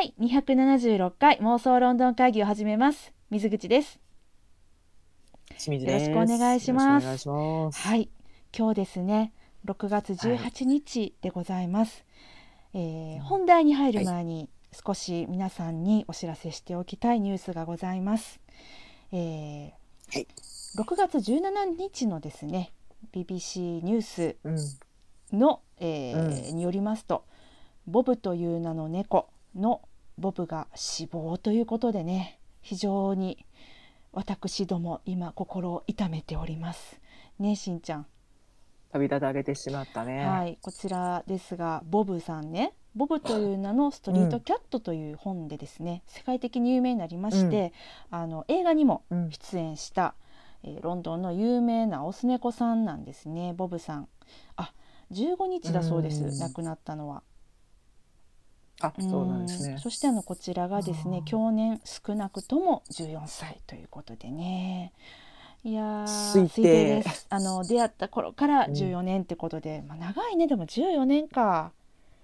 第276回妄想ロンドン会議を始めます。水口です。 清水よろしです。 くお願いします。 よろしくお願いします。 はい、今日ですね、6月18日でございます。本題に入る前に少し皆さんにお知らせしておきたいニュースがございます。6月17日のですね、BBC ニュースの、によりますと、ボブという名の猫のボブが死亡ということでね、非常に私ども今心を痛めておりますね。しんちゃん、 旅立たれてしまったね。 はい、こちらですが、ボブさんね、ボブという名のストリートキャットという本でですね、世界的に有名になりまして、映画にも出演した、ロンドンの有名なオス猫さんなんですね。ボブさん、15日だそうです、亡くなったのは。 そうなんですね。 そしてこちらがですね、去年少なくとも14歳ということでね、いや推定です。出会った頃から14年ってことで、長いね。でも14年か。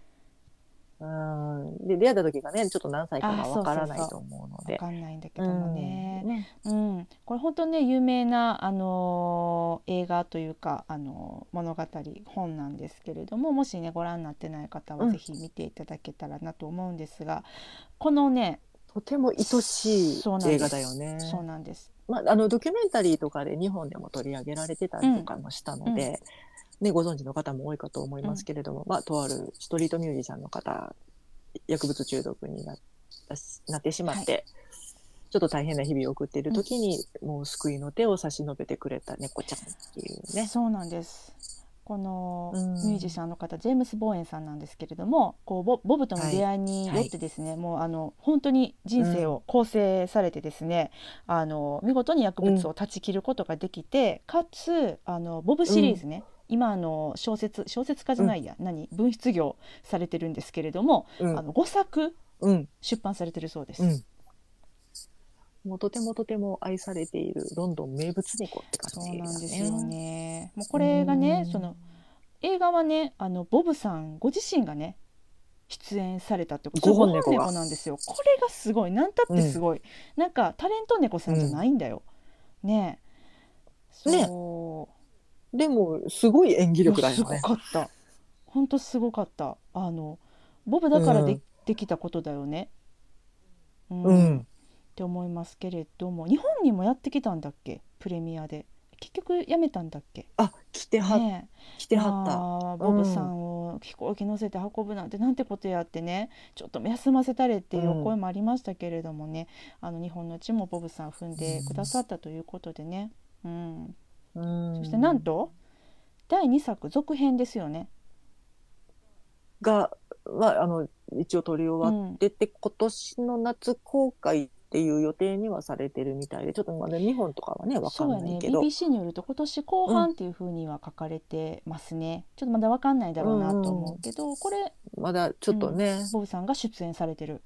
で出会った時がね、ちょっと何歳かがわからないと思うので、 わかんないんだけどもね。これ本当ね、有名な映画というか物語本なんですけれども、もしねご覧になってない方はぜひ見ていただけたらなと思うんですが、このね、 とても愛しい映画だよね。 そうなんです。 ドキュメンタリーとかで日本でも取り上げられてたりとかもしたので、ご存知の方も多いかと思いますけれども、とあるストリートミュージシャンの方、薬物中毒になってしまって、ちょっと大変な日々を送っている時に、もう救いの手を差し伸べてくれた猫ちゃんっていうね。 そうなんです。このミュージシャンの方、ジェームス・ボーエンさんなんですけれども、ボブとの出会いによってですね、もう本当に人生を構成されてですね、見事に薬物を断ち切ることができて、かつボブシリーズね、今小説家じゃないや、文筆業されてるんですけれども、5作出版されてるそうです。 もうとても愛されているロンドン名物猫って感じだね。 そうなんですよね。もうこれがね、その映画はね、ボブさんご自身がね出演されたってこと、5本猫なんですよ。これがすごい、なんたってすごい、なんかタレント猫さんじゃないんだよ、ねえ。そう、 でもすごい演技力だよね。 すごかった、本当すごかった。ボブだからできたことだよね。って思いますけれども、日本にもやってきたんだっけ、プレミアで。結局やめたんだっけ。 来てはった、 ボブさんを飛行機乗せて運ぶなんてなんてことやってね、ちょっと休ませたれっていうお声もありましたけれどもね、日本の地もボブさん踏んでくださったということでね、そしてなんと第2作続編ですよねが、一応撮り終わってて、今年の夏公開っていう予定にはされてるみたいで、ちょっとまだ日本とかはね分かんないけど、 BBC によると今年後半っていう風には書かれてますね。ちょっとまだ分かんないだろうなと思うけど、これまだちょっとね、 ボブさんが出演されてる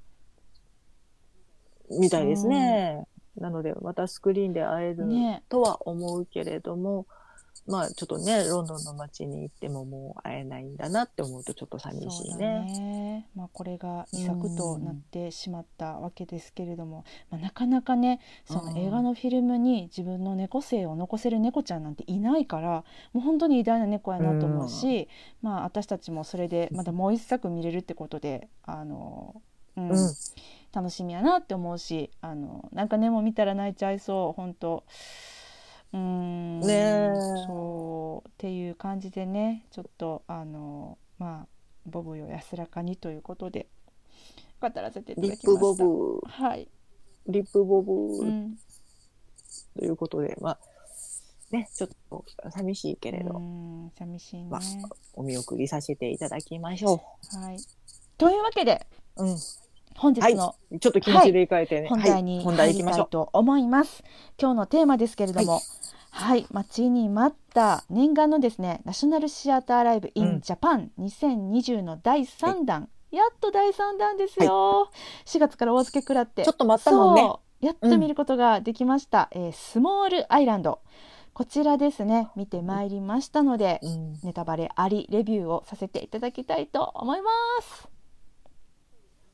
みたいですね。なのでまたスクリーンで会えるとは思うけれども、ちょっとね、ロンドンの街に行ってももう会えないんだなって思うとちょっと寂しいね。 これが遺作となってしまったわけですけれども、なかなかね、その映画のフィルムに自分の猫生を残せる猫ちゃんなんていないから、もう本当に偉大な猫やなと思うし、私たちもそれでまたもう一作見れるってことで楽しみやなって思うし、なんかね、もう見たら泣いちゃいそう、本当。そうっていう感じでね、ちょっとボブよ安らかにということで語らせていただきました。リップボブ、はい、 リップボブ、ということで、ちょっと寂しいけれど、 寂しいね、 お見送りさせていただきましょう。はい、というわけで、本日の、 ちょっと気持ち入れ替えてね、 本題に入りたいと思います。今日のテーマですけれども、待ちに待った念願のですね、ナショナルシアターライブ in Japan 2020の第3弾、やっと第3弾ですよ、4月からお預け食らってちょっと待ったもんね、 やっと見ることができました、スモールアイランド、こちらですね、見てまいりましたので、ネタバレありレビューをさせていただきたいと思います。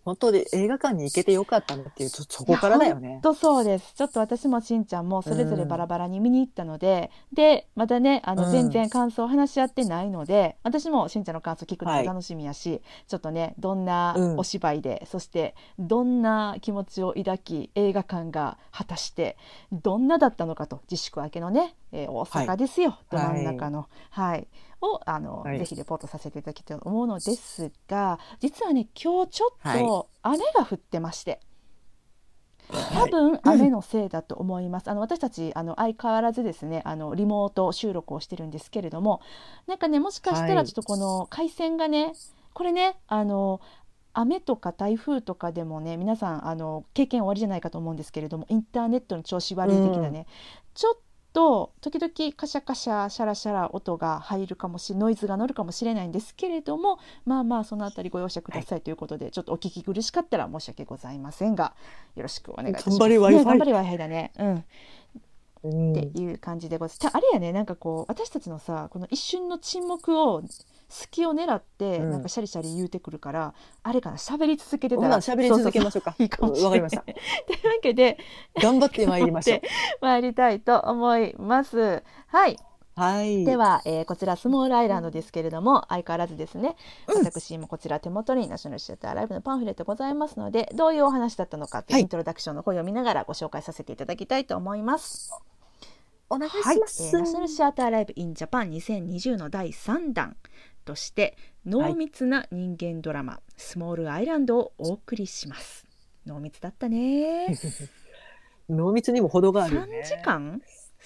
本当に映画館に行けてよかったのっていうそこからだよね。 本当そうです。ちょっと私もしんちゃんもそれぞれバラバラに見に行ったので、でまたね全然感想を話し合ってないので、私もしんちゃんの感想聞くのが楽しみやし、ちょっとねどんなお芝居で、そしてどんな気持ちを抱き映画館が果たしてどんなだったのかと、自粛明けのね、大阪ですよ、ど真ん中のをぜひレポートさせていただきたいと思うのですが、実はね今日ちょっと雨が降ってまして、多分雨のせいだと思います。私たち相変わらずですねリモート収録をしてるんですけれども、なんかねもしかしたらちょっとこの回線がね、これね雨とか台風とかでもね皆さん経験おありじゃないかと思うんですけれども、インターネットの調子悪い的なね、ちょっと時々カシャカシャシャラシャラ音が入るかもしれない、ノイズが乗るかもしれないんですけれども、まあまあそのあたりご容赦くださいということで、ちょっとお聞き苦しかったら申し訳ございませんがよろしくお願いいたします。頑張り Wi-Fi だね。っていう感じでございます。あれやね、なんかこう私たちのさこの一瞬の沈黙を隙を狙ってなんかシャリシャリ言うてくるから、あれかな、喋り続けてたら喋り続けましょうか。 いいかもしれない。 わかりました。 というわけで頑張ってまいりましょう。 参りたいと思います。はい、では、こちらスモールアイランドですけれども、相変わらずですね、私もこちら手元にナショナルシアターライブのパンフレットございますので、どういうお話だったのかというイントロダクションの方を読みながらご紹介させていただきたいと思います。 お願いします。 ナショナルシアターライブインジャパン2020の第3弾として濃密な人間ドラマ、スモールアイランドをお送りします。濃密だったね。 濃密にも程があるよね。 3時間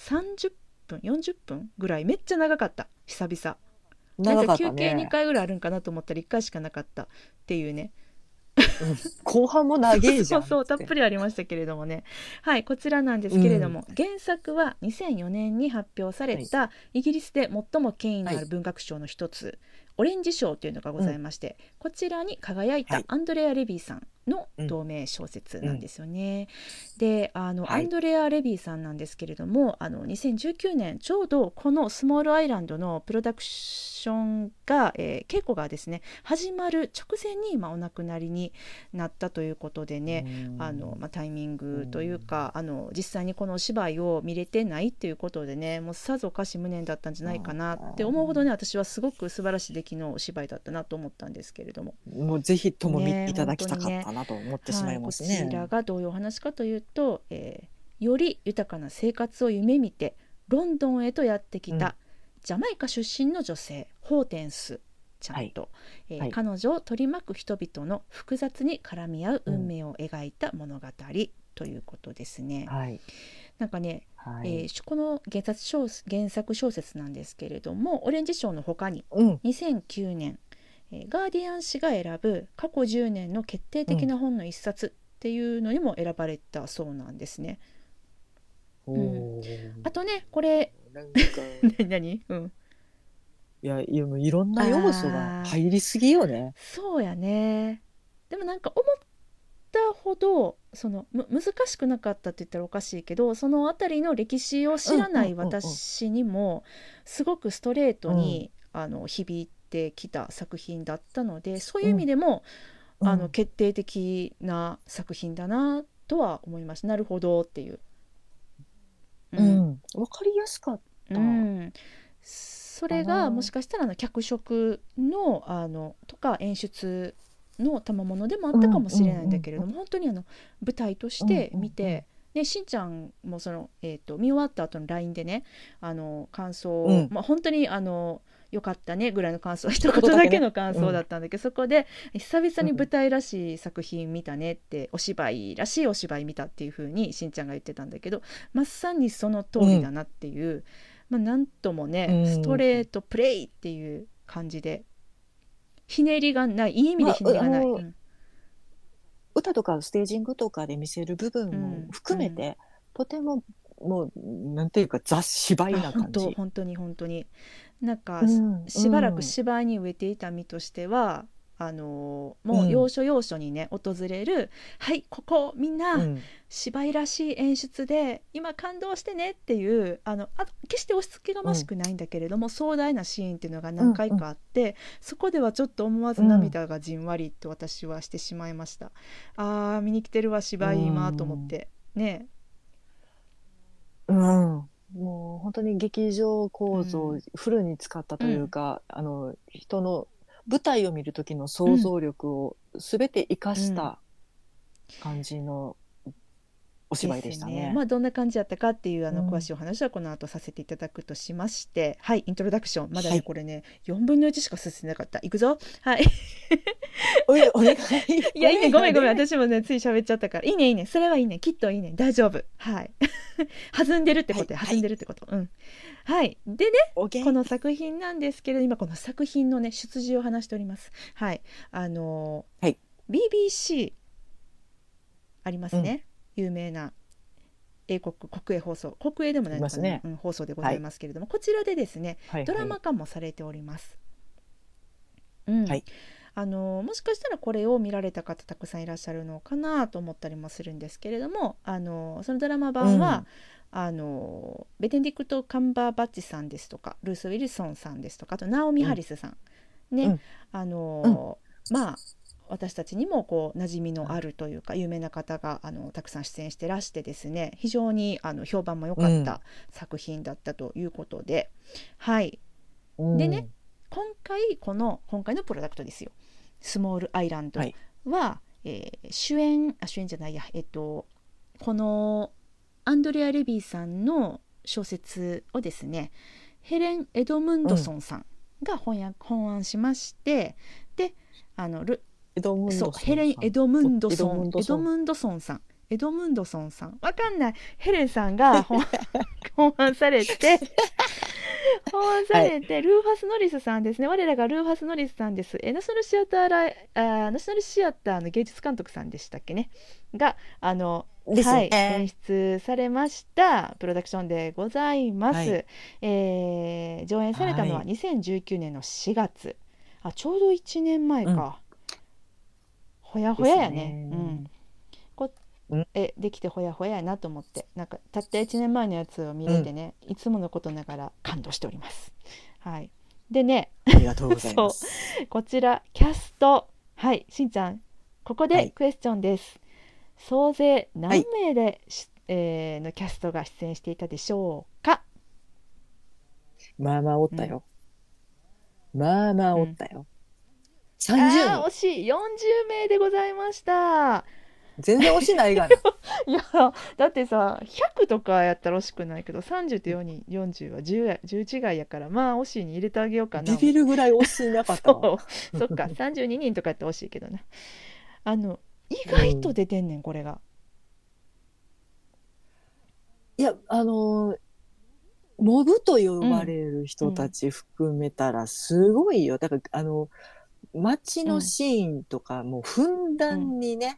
30分40分ぐらい、めっちゃ長かった。久々なんか休憩2回ぐらいあるんかなと思ったら1回しかなかったっていうね。 後半も長いじゃん。 そうたっぷりありましたけれどもね。こちらなんですけれども、原作は2004年に発表されたイギリスで最も権威のある文学賞の一つ、オレンジ賞というのがございまして、こちらに輝いたアンドレア・レビーさんの同名小説なんですよね。でアンドレア・レビーさんなんですけれども、2019年ちょうどこのスモールアイランドのプロダクションが、稽古がですね始まる直前に、お亡くなりになったということでね、タイミングというか実際にこのお芝居を見れてないっていうことでね、もうさぞかし無念だったんじゃないかなって思うほどね、私はすごく素晴らしい出来のお芝居だったなと思ったんですけれども、 もうぜひとも見ていただきたかったなと思ってしまいますね。 こちらがどういうお話かというと、より豊かな生活を夢見てロンドンへとやってきた、ジャマイカ出身の女性ホーテンスちゃんと、彼女を取り巻く人々の複雑に絡み合う運命を描いた物語ということですね。なんかね、この原作小説なんですけれども、オレンジ賞の他に、2009年ガーディアン誌が選ぶ過去10年の決定的な本の一冊っていうのにも選ばれたそうなんですね。あとねこれ何いろんな要素が入りすぎよね。 そうやね。でもなんか思ったほど難しくなかったって言ったらおかしいけど、そのあたりの歴史を知らない私にもすごくストレートに、響いてきた作品だったので、そういう意味でも、決定的な作品だなとは思いました。なるほどっていう、 分かりやすかった。 それがもしかしたら脚色のとか演出の賜物でもあったかもしれないんだけれども、本当に舞台として見て、しんちゃんも見終わった後の LINE でね感想を、本当によかったねぐらいの感想、一言だけの感想だったんだけど、そこで久々に舞台らしい作品見たねって、お芝居らしいお芝居見たっていう風にしんちゃんが言ってたんだけど、まさにその通りだなっていう、なんともねストレートプレイっていう感じで、ひねりがない、いい意味でひねりがない、 歌とかステージングとかで見せる部分も含めて、とてももうなんていうか雑芝居な感じ。 本当になんか、しばらく芝居に植えていた身としてはもう要所要所にね訪れる、はいここみんな、芝居らしい演出で今感動してねっていう決して押し付けがましくないんだけれども、壮大なシーンっていうのが何回かあって、そこではちょっと思わず涙がじんわりと私はしてしまいました。見に来てるわ芝居今と思ってね。 もう本当に劇場構造をフルに使ったというか、人の舞台を見る時の想像力を全て生かした感じのお芝居でしたね。 どんな感じだったかっていう詳しいお話はこの後させていただくとしまして、はい、イントロダクションまだね、これね4分の1しか進んでなかった。いくぞ。はいお願いいやいいね、ごめん私もねつい喋っちゃったから。いいねそれはいいね、きっといいね、大丈夫。はい弾んでるってこと弾んでるってこと。はいでね、この作品なんですけれど、今この作品のね出自を話しております。はいBBC ありますね、有名な英国国営放送、国営でもないのかな、放送でございますけれども、こちらでですね、ドラマ化もされております。もしかしたらこれを見られた方たくさんいらっしゃるのかなと思ったりもするんですけれども、そのドラマ版は、ベネディクト・カンバーバッチさんですとかルース・ウィルソンさんですとか、あとナオミ・ハリスさん、ね、私たちにもこう馴染みのあるというか有名な方がたくさん出演してらしてですね、非常に評判も良かった作品だったということで、はいでね、今回のプロダクトですよ、スモールアイランドは、主演じゃないや、このアンドレア・レビーさんの小説をですね、ヘレン・エドムンドソンさんが本案しまして、でヘレン・エドムンドソンさんわかんない、ヘレンさんが本案されてルーファス・ノリスさんですね、我らがルーファス・ノリスさんです。ナショナルシアターの芸術監督さんでしたっけねが演出されましたプロダクションでございます。上演されたのは2019年の4月、ちょうど1年前か、ほやほややね。できてほやほややなと思って、なんかたった1年前のやつを見れてね、いつものことながら感動しております。でね、 ありがとうございます。 こちらキャスト、しんちゃんここでクエスチョンです。総勢何名で、のキャストが出演していたでしょうか。 まあまあおったよ。30人。 惜しい、40名でございました。 全然惜しないがな。 いやだってさ100とかやったら惜しくないけど、30と40は 10違いやから、惜しいに入れてあげようかな。 ビビるぐらい惜しなかったわ。 そっか32人とかやって惜しいけどな。意外と出てんねん、これが。 いやモブと呼ばれる人たち含めたらすごいよ。だから街のシーンとかもうふんだんにね、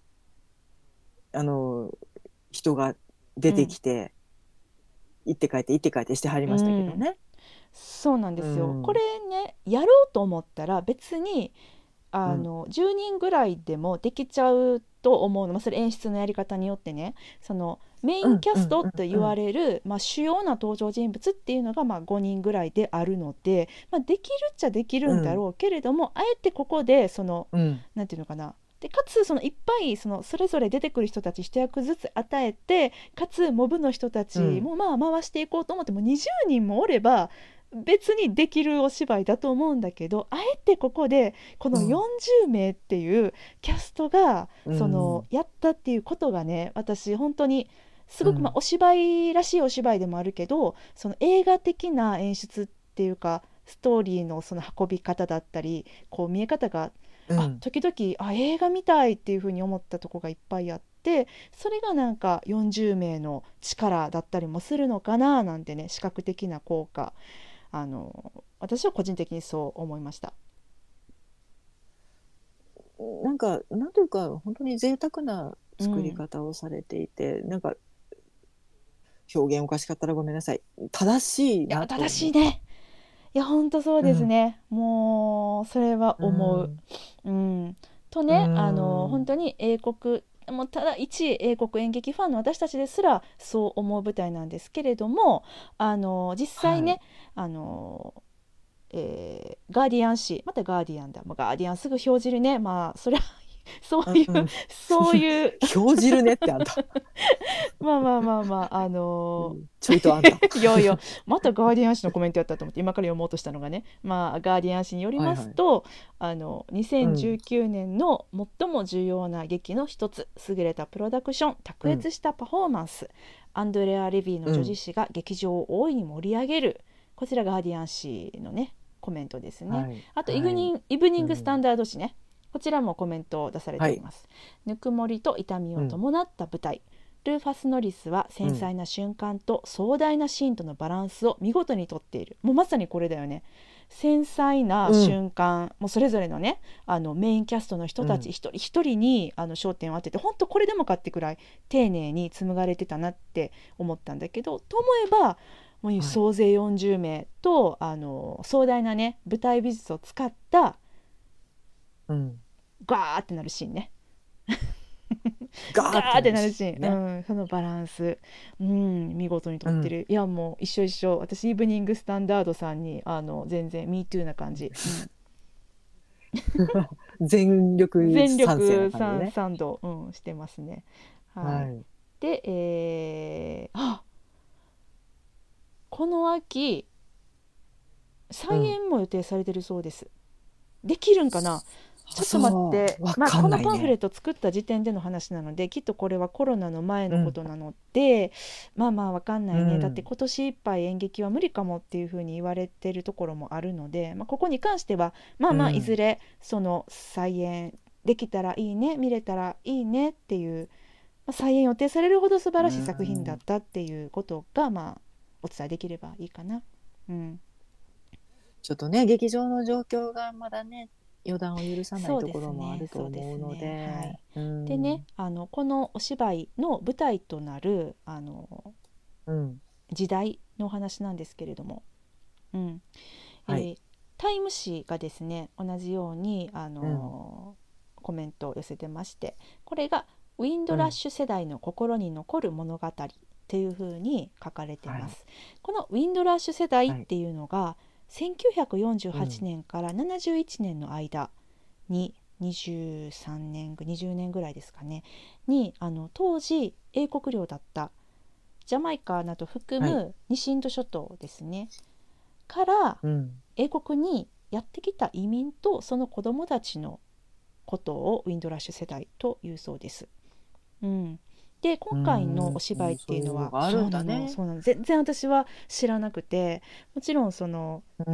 人が出てきて、行って帰ってしてはりましたけどね。 そうなんですよ。これねやろうと思ったら別に10人ぐらいでもできちゃうと思うの。それ演出のやり方によってね、そのメインキャストと言われる、主要な登場人物っていうのが5人ぐらいであるので、できるっちゃできるんだろうけれども、あえてここでその、なんていうのかな、でかつそのいっぱいそれぞれ出てくる人たち一役ずつ与えて、かつモブの人たちも回していこうと思っても20人もおれば別にできるお芝居だと思うんだけど、あえてここでこの40名っていうキャストがやったっていうことがね、私本当にすごくお芝居らしいお芝居でもあるけど、その映画的な演出っていうかストーリーのその運び方だったりこう見え方が、時々映画みたいっていう風に思ったとこがいっぱいあって、それがなんか40名の力だったりもするのかななんてね、視覚的な効果、私は個人的にそう思いました。 なんというか本当に贅沢な作り方をされていて、なんか表現おかしかったらごめんなさい、正しいなと。 正しいね。いや本当そうですね、もうそれは思う。 うん、とうね、本ん。 当に英国、もうただ一英国演劇ファンの私たちですらそう思う舞台なんですけれども、実際はい。 ね、あのガーディアン誌、またガーディアンだ、まあ、ガーディアンすぐ表示るね、まあそれはそういううん。 そういう表示るねってあんた。 まあまあまあまあちょいとあんた。 いやいや、またガーディアン紙のコメントやったと思って今から読もうとしたのがね、まあ、ガーディアン紙によりはいはい。 ますと、 うん。 2019年の最も重要な劇の一つ、優れたプロダクション、卓うん。 越したパフォーマンス、アンドレア・レビーの女児うん。 誌が劇場を大いに盛り上げる。こちらガーディアン紙のねコメントですね。 はい。 あとはい。 イブニングスタンうん。 ダード紙ね、こちらもコメントを出されてはい。 おります。ぬくもりと痛みをうん。 伴った舞台、ルーファス・ノリスは繊うん。 細な瞬間と壮大なシーンとのバランスを見事にとっている。もうまさにこれだよね。繊細なうん。 瞬間、もうそれぞれのねメインキャストの人たちうん。 一人一人に焦点を当てて、本当これでもかってくらい丁寧に紡がれてたなって思ったんだけど、と思えばもうはい。 総勢40名と壮大なね舞台美術を使ったうん。 ガーってなるシーンね、 ガーってなるガーってなるしね。 シーン、うん、そのバランス、うん、見事に撮うん。 ってる。いやもう一緒一緒、私イブニングスタンダードさんに全然 MeToo な感じ、 全うん、 力全賛成な力感じね。 賛同、うん、してますね。はい。 はい。 で、この秋再うん。 演も予定されてるそうです。できるんかな。 あ、 ちょっと待って、 そう。わまあ、 かんこのパンフレッないね。 ト作った時点での話なので、きっとこれはコロナの前のこうん。 となので、まあまあわかんなういね。だってん。 今年いっぱい演劇は無理かもっていうふうに言われてるところもあるので、まあ、ここに関してはまあまあいずうん。 れその再演できたらいいね、見れたらいいねっていう、まあ、再演予定されるほど素晴うらしい作品だん。 ったっていうことがまあお伝えできればいいかな。うん、 ちょっとね、劇場の状況がまだね、予断を許さないそうでところもあすね、 るとそうで思うのすね。はで、 い。 うでね、 ん。 このお芝居の舞台となるうん。 時代のお話なんですけれども、うん、 はい。 タイム誌がですね同じようにうん。 コメントを寄せてまして、これがウィンドラッうん。 シュ世代の心に残る物語っていう風に書かれてはい。 ます。このウィンドラッシュ世代っはい。 ていうのが1948 うん。 年から71年の間に、23年20年ぐらいですかねに、当時英国領だったジャマイカなど含はい。 む西インド諸島ですねからうん。 英国にやってきた移民とその子どもたちのことをウィンドラッシュ世代というそうです。うん、で今回のお芝居っそういうのていうのはがあるんだね。 そうなの、全然私は知らなくて、もちろんそのうん。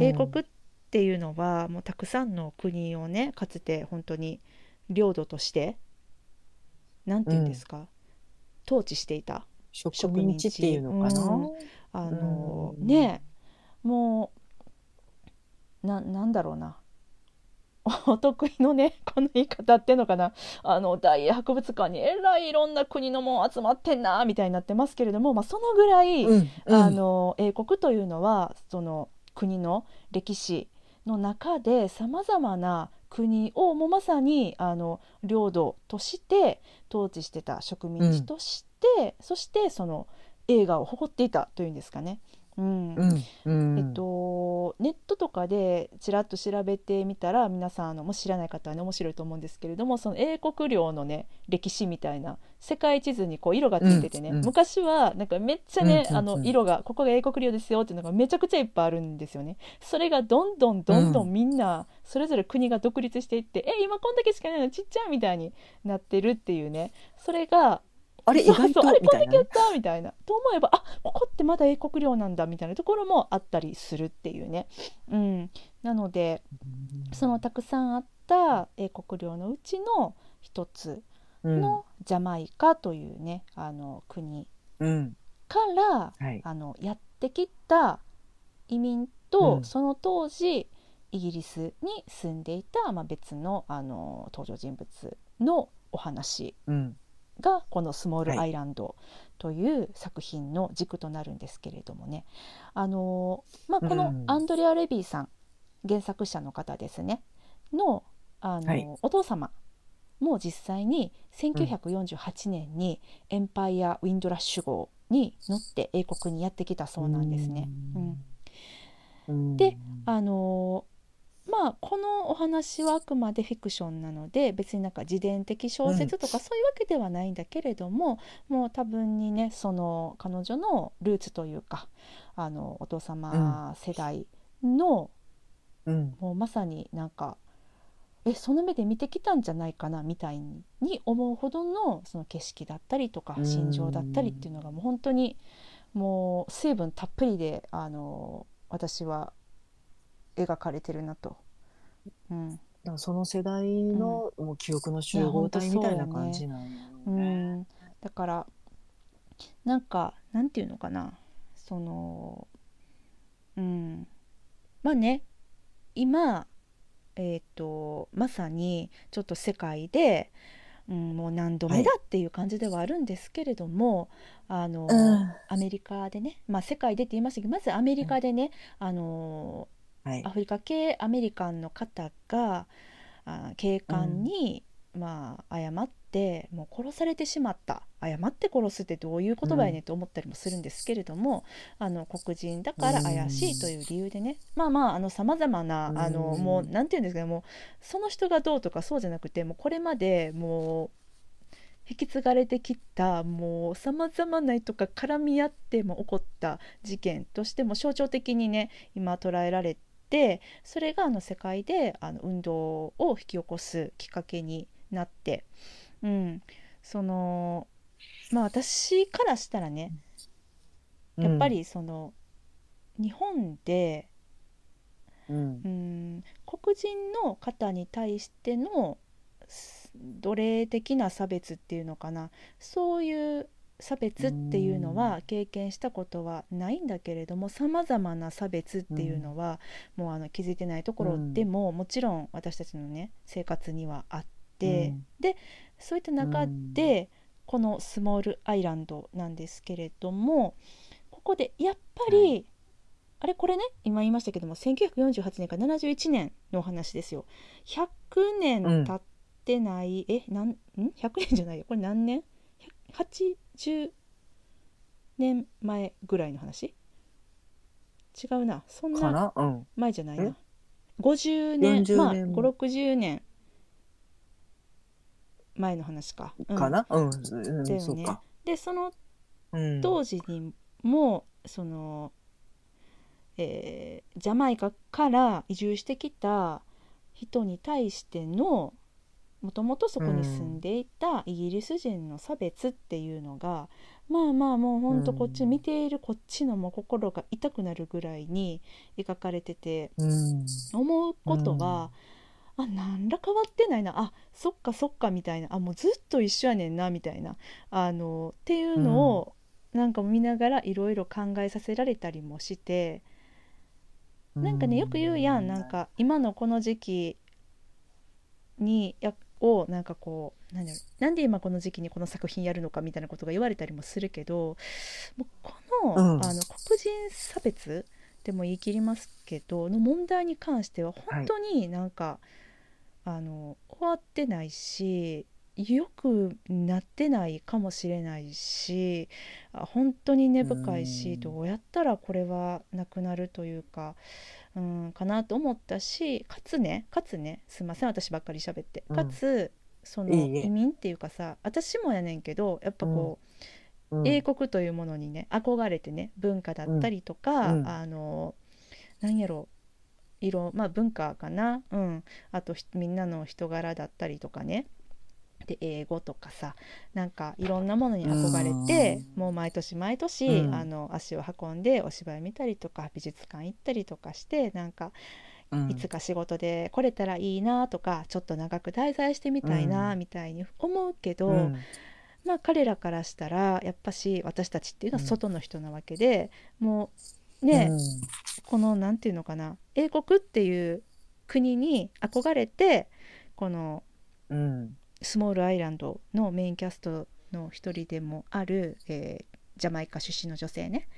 英国っていうのはもうたくさんの国をねかつて本当に領土としてなんて言うんでうん。 すか、統治していた植植民地っていう民地、 のかな。うねん。 え、もなんだろうな、お得意のねこの言い方っていうのかな、大英博物館にえらいいろんな国のもん集まってんなみたいになってますけれども、まあ、そのぐらいうん。うん。 英国というのはその国の歴史の中でさまざまな国をもうまさに領土として統治してた植民地うん。 として、そしてその映画を誇っていたというんですかね。うん、 うん。うん。 ネットとかでちらっと調べてみたら皆さんもし知らない方はね面白いと思うんですけれども、その英国領のね歴史みたいな世界地図にこう色がつうん。 いててね、 うん。 昔はなんかめっちゃうん。 ねうん。 色がここが英国領ですよっていうのがめちゃくちゃいっぱいあるんですよね。それがどんどんうん。 どんどんみんなそれぞれ国が独立していって、今こんだけしかないのちっちゃいみたいになってるっていうね、それがあれ、意そうそう、あ外と、 れこんだけやっみたいなね。 たみたいなと思えば、あ、ここってまだ英国領なんだみたいなところもあったりするっていうね。うん、なのでそのたくさんあった英国領のうちの一つうん。 のジャマイカというね国うん。 からはい。 やってきた移民うん。 とその当時イギリスに住んでいた、まあ、別の、登場人物のお話うん。 がこの「スモールアはい。 イランド」という作品の軸となるんですけれどもね、まあ、 うこのアん。 ンドレア・レビーさん、原作者の方ですねのはい。 お父様も実際に1948年にエンパイアウィンドラッシュ号に乗って英国にやってきたうーそうなんですね。うん、 ん。うーで、 ん。 このお話はあくまでフィクションなので別になんか自伝的小うん。 説とかそういうわけではないんだけれども、もう多分にねその彼女のルーツというかお父うん。 様世代のうん。 もうまさになんかその目で見てきたんじゃないかなみたいに思うほどのその景色だったりとかうー心情だったりっん。 ていうのがもう本当にもう成分たっぷりで私は描かれてるなと。うん、 だからその世代うん、 のもう記憶のいや集合本当そう体みたいな感やね。 じなんようね。 ん、だからなんかなんていうのかな、そのうん、まあね今まさにちょっと世界で、もう何度目だはい。 っていう感じではあるんですけれども、 うん。 アメリカでね、世界でって言いましたけど、まずアメリうん。 カでね、あのはい。 アフリカ系アメリカンの方が警うん。 官に誤ってもう殺されてしまった。誤って殺すってどういう言葉やねうん。 んと思ったりもするんですけれども、黒人だうから怪しいとん。 いう理由でね、さまざまなうもうん。 なんていうんですかね、もうその人がどうとかそうじゃなくて、もうこれまでもう引き継がれてきたもうさまざまなとか絡み合っても起こった事件としても象徴的にね今捉えられて、それが世界で運動を引き起こすきっかけになって、うん、その私からしたらね、やっぱうん。 り日本で、 うん。 黒人の方に対しての奴隷的な差別っていうのかな、そういう差う別っていうのん。 は経験したことはないんだけれども、さまざまな差別っていううん。 のはもう気づいてないところでうん。 ももちろん私たちのね生活にはあって、 うん。 でそういったう中ん。 でこのスモールアイランドなんですけれども、ここでやっぱはい。 りこれね今言いましたけども1948年から71年のお話ですよ。100年経うん。 ってない、100年じゃないよ、これ何年、80年前ぐらいの話、違うな、そんなかな。うん。 前じゃないえな、50年、 ?40 年 560年前の話か、 かな。うん。うん。 だよね。 そうか。 でそのうん。 当時にもジャマイカから移住してきた人に対してのもともとそうこに住んん。 でいたイギリス人の差別っていうのがもうほうんとこっち見ん。 ているこっちのもう心が痛くなるぐらいに描かれてて、 うん。 思ううことはん。 なんら変わってないな、そっかそっかみたいな、もうずっと一緒やねんなみたいなっていううん。 のをなんか見ながらいろいろ考えさせられたりもして、 うなんかねよく言うやん、 ん。 なんか今のこの時期にをなんかこうなんで今この時期にこの作品やるのかみたいなことが言われたりもするけど、もうこの、 うん。 黒人差別でも言い切りますけどの問題に関しては本はい。 当になんか終わってないしよくなってないかもしれないし、本当に根う深いし、 ん。 どうやったらこれはなくなるというか、かなと思ったし、かつねすいません私ばっかり喋って、 うん。 かつそいいえ。 の移民っていうかさ、私もやねんけどやっぱうん。 こううん。 英国というものにね憧れてね、文化だっうん。 たりとかうん。 なんやろ、文化かな、あとみんなの人柄だったりとかね、で英語とかさ、なんかいろんなものにう憧れてん。 もう毎年毎年うん。 足を運んでお芝居見たりとか美術館行ったりとかして、なんかいつうん。 か仕事で来れたらいいなとかちょっと長く滞在してみたいなみたいに思うけど、 うん。 彼らからしたらやっぱし私たちっていうのはうん。 外の人なわけで、もうね、 うん。 このなんていうのかな、英国っていう国に憧れてこのうん。 スモールアイランドのメインキャストの一人でもある、ジャマイカ出身の女性ね、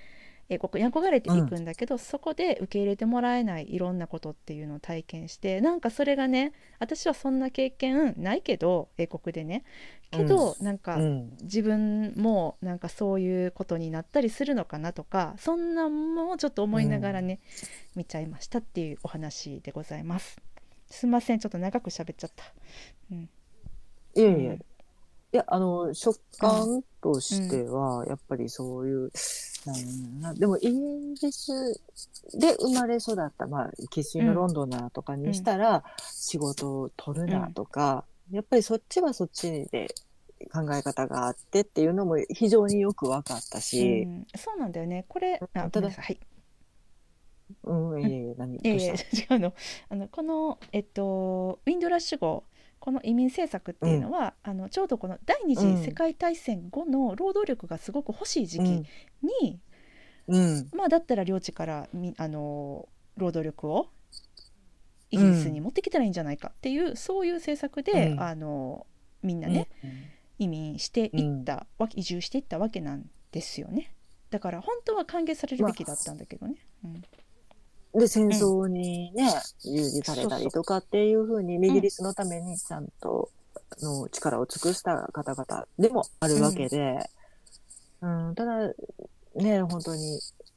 英国に憧れていくんだけど、そこで受け入れてもらえないいろんなことっていうのを体験して、なんかそれがね、私はそんな経験ないけど英国でね、けどなんか自分もなんかそういうことになったりするのかなとか、そんなもをちょっと思いながらね、見ちゃいましたっていうお話でございます。すいません、ちょっと長く喋っちゃった。 いえいえ、いや、食感としては、やっぱりそういう、でもイギリスで生まれ育った、まあ、生粋のロンドナーとかにしたら、仕事を取るなとか、やっぱりそっちはそっちで考え方があってっていうのも非常によく分かったし、 そうなんだよね。これ、 ただ、 はい。 何どうし違うの。この、ウィンドラッシュ号、この移民政策っていうのは、ちょうどこの第二次世界大戦後の労働力がすごく欲しい時期に、まあだったら領地から労働力をイギリスに持ってきたらいいんじゃないかっていう、そういう政策で、みんなね、移民していった移住していったわけなんですよね。だから本当は歓迎されるべきだったんだけどね。 で、戦争にね、従事されたりとかっていうふうに、イギリスのためにちゃんと力を尽くした方々でもあるわけで、ただ、ね、本当に、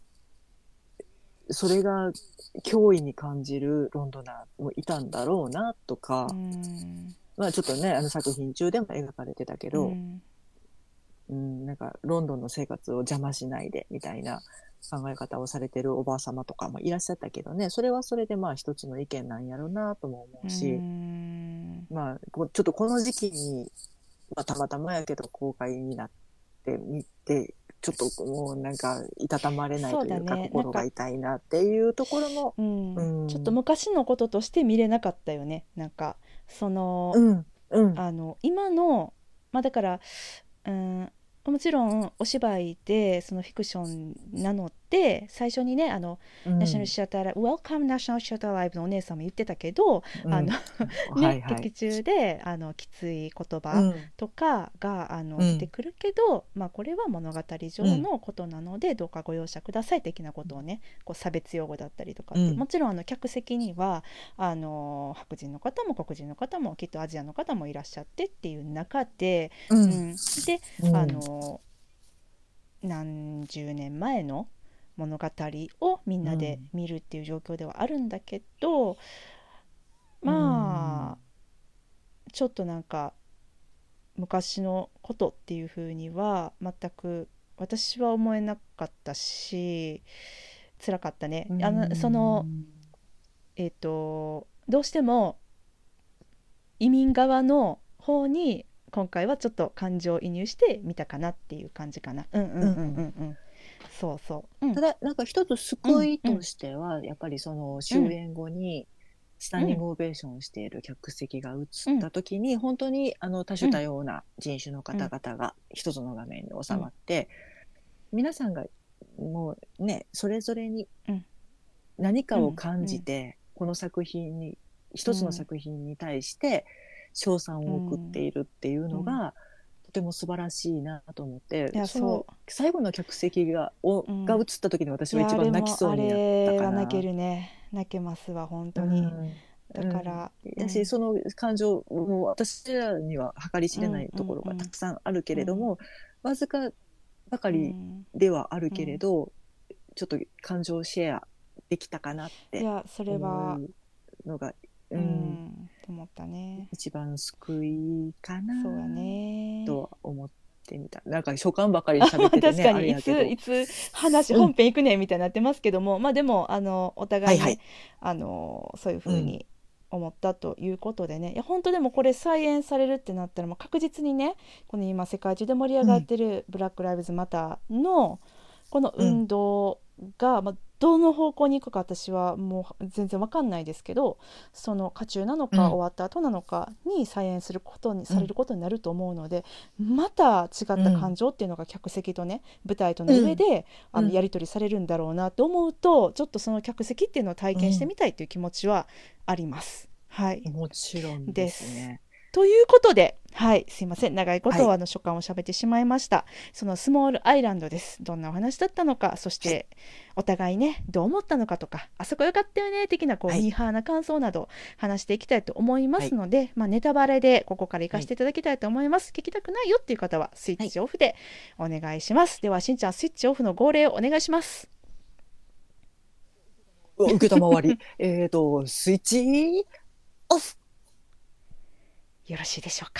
それが脅威に感じるロンドナーもいたんだろうなとか、まあちょっとね、作品中でも描かれてたけど、なんかロンドンの生活を邪魔しないでみたいな考え方をされてるおばあ様とかもいらっしゃったけどね、それはそれでまあ一つの意見なんやろうなとも思うし、まあちょっとこの時期に、まあ、たまたまやけど公開になってみて、ちょっともうなんかいたたまれないというか、心が痛いなっていうところも、 ちょっと昔のこととして見れなかったよね。なんかその、今のまあだから、もちろんお芝居でそのフィクションなので、最初にねナショナルシアターライブ Welcome ナショナルシアターライブのお姉さんも言ってたけど、劇中できつい言葉とかが出てくるけど、まあこれは物語上のことなのでどうかご容赦ください的なことをね、こう差別用語だったりとかって、もちろん客席には白人の方も黒人の方もきっとアジアの方もいらっしゃってっていう中で、で何十年前の物語をみんなで見るっていう状況ではあるんだけど、まあちょっとなんか昔のことっていう風には全く私は思えなかったし、辛かったね。そのどうしても移民側の方に今回はちょっと感情移入してみたかなっていう感じかな。そうそう、 ただなんか一つ救いとしては、やっぱりその終演後にスタンディングオベーションをしている客席が映った時に、本当に多種多様な人種の方々が一つの画面に収まって、皆さんがもうね、それぞれに何かを感じて、この作品に一つの作品に対して称賛を送っているっていうのが、とても素晴らしいなと思って、その最後の客席が映った時に私は一番泣きそうになったかな。 泣けるね、泣けますわ本当に。だから、 だしその感情も私らには計り知れないところがたくさんあるけれども、わずかばかりではあるけれど、ちょっと感情をシェアできたかなって思うのが思ったね。 一番救いかなそうやねとは思ってみた。なんか所感ばかり喋っててね確かにいつ話本編行くねみたいになってますけども、まあでもお互いね、そういう風に思ったということでね、いや本当でもこれ再演されるってなったらもう確実にね、この今世界中で盛り上がってるブラック・ライブズ・マターのこの運動が、どの方向に行くか私はもう全然わかんないですけど、その渦中なのか終わった後なのかに再演することにされることになると思うので、また違った感情っていうのが客席とね舞台との上でやり取りされるんだろうなと思うと、ちょっとその客席っていうのを体験してみたいという気持ちはあります。はい、 もちろんですね。 ということで、はい、すいません、長いことはい所感を喋ってしまいました。そのスモールアイランドです。どんなお話だったのか、そしてお互いねどう思ったのかとか、あそこ良かったよね的なこうはいミーハーな感想など話していきたいと思いまはいすので、ネタバレでここから行かせていただきたいと思います。聞きたくないよっていう方はスイッチオフでお願いします。ではしんちゃん、スイッチオフの号令をお願いします。 受けたまわりスイッチオフ。 よろしいでしょうか。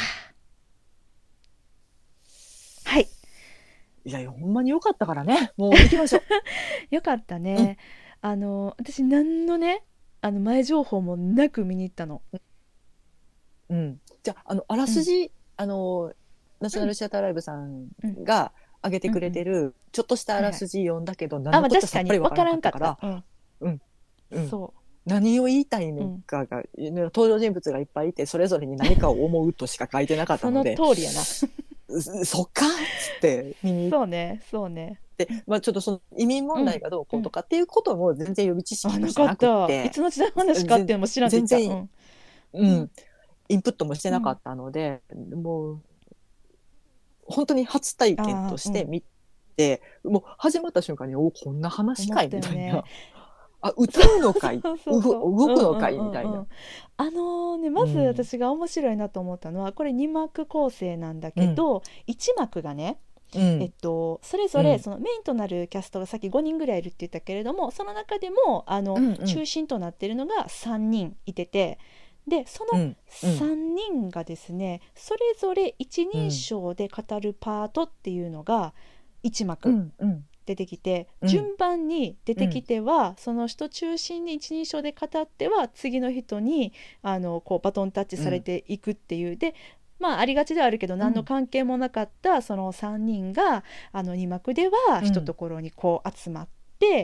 はい、 いやいや、ほんまに良かったからね。もう行きましょう。 よかったね。私何のね前情報もなく見に行ったの。 うん。じゃあ、あらすじ、ナショナルシアターライブさんが上げてくれてる、ちょっとしたあらすじ読んだけど、何のことかさっぱりわからなかったから、 そう。 何を言いたいのかが、登場人物がいっぱいいて、それぞれに何かを思うとしか書いてなかったので、 その通りやな。 そっかっつって見に行って、 そうね。 ちょっとその移民問題がどうこうとかっていうことも全然予備知識なじゃなくかった。 て、 いつの時代の話かっていうのも知らんって言った。 全然、インプットもしてなかったので、もう本当に初体験として見て、もう始まった瞬間にこんな話かいみたいな、歌うのかい動くのかいみたいな。 まず私が面白いなと思ったのは、これ2幕構成なんだけど、1幕がね、それぞれそのメインとなるキャストがさっき5人ぐらいいるって言ったけれども、その中でも中心となっているのが3人いてて、でその3人がですね、それぞれ一人称で語るパートっていうのが1幕出てきて、順番に出てきては、その人中心に一人称で語っては次の人にこうバトンタッチされていくっていう、でありがちではあるけど何の関係もなかったその3人が2幕では一ところにこう集まって、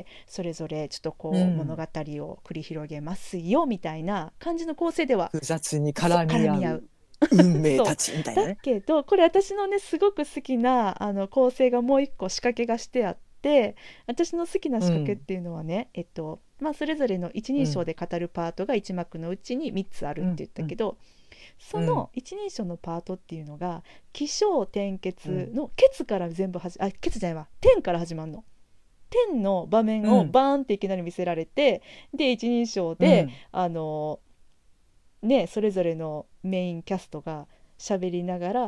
それぞれちょっとこう物語を繰り広げますよみたいな感じの構成では、 複雑に絡み合う運命たちみたいなね。 だけどこれ私のねすごく好きな構成がもう一個仕掛けがしてあって、私の好きな仕掛けっていうのはね、それぞれの一人称で語るパートが1幕のうちに3つあるって言ったけど、その一人称のパートっていうのが起承転結のケツから全部ケツじゃないわ、天から始まるの。天の場面をバーンっていきなり見せられて、で一人称で、それぞれのメインキャストが喋りながら、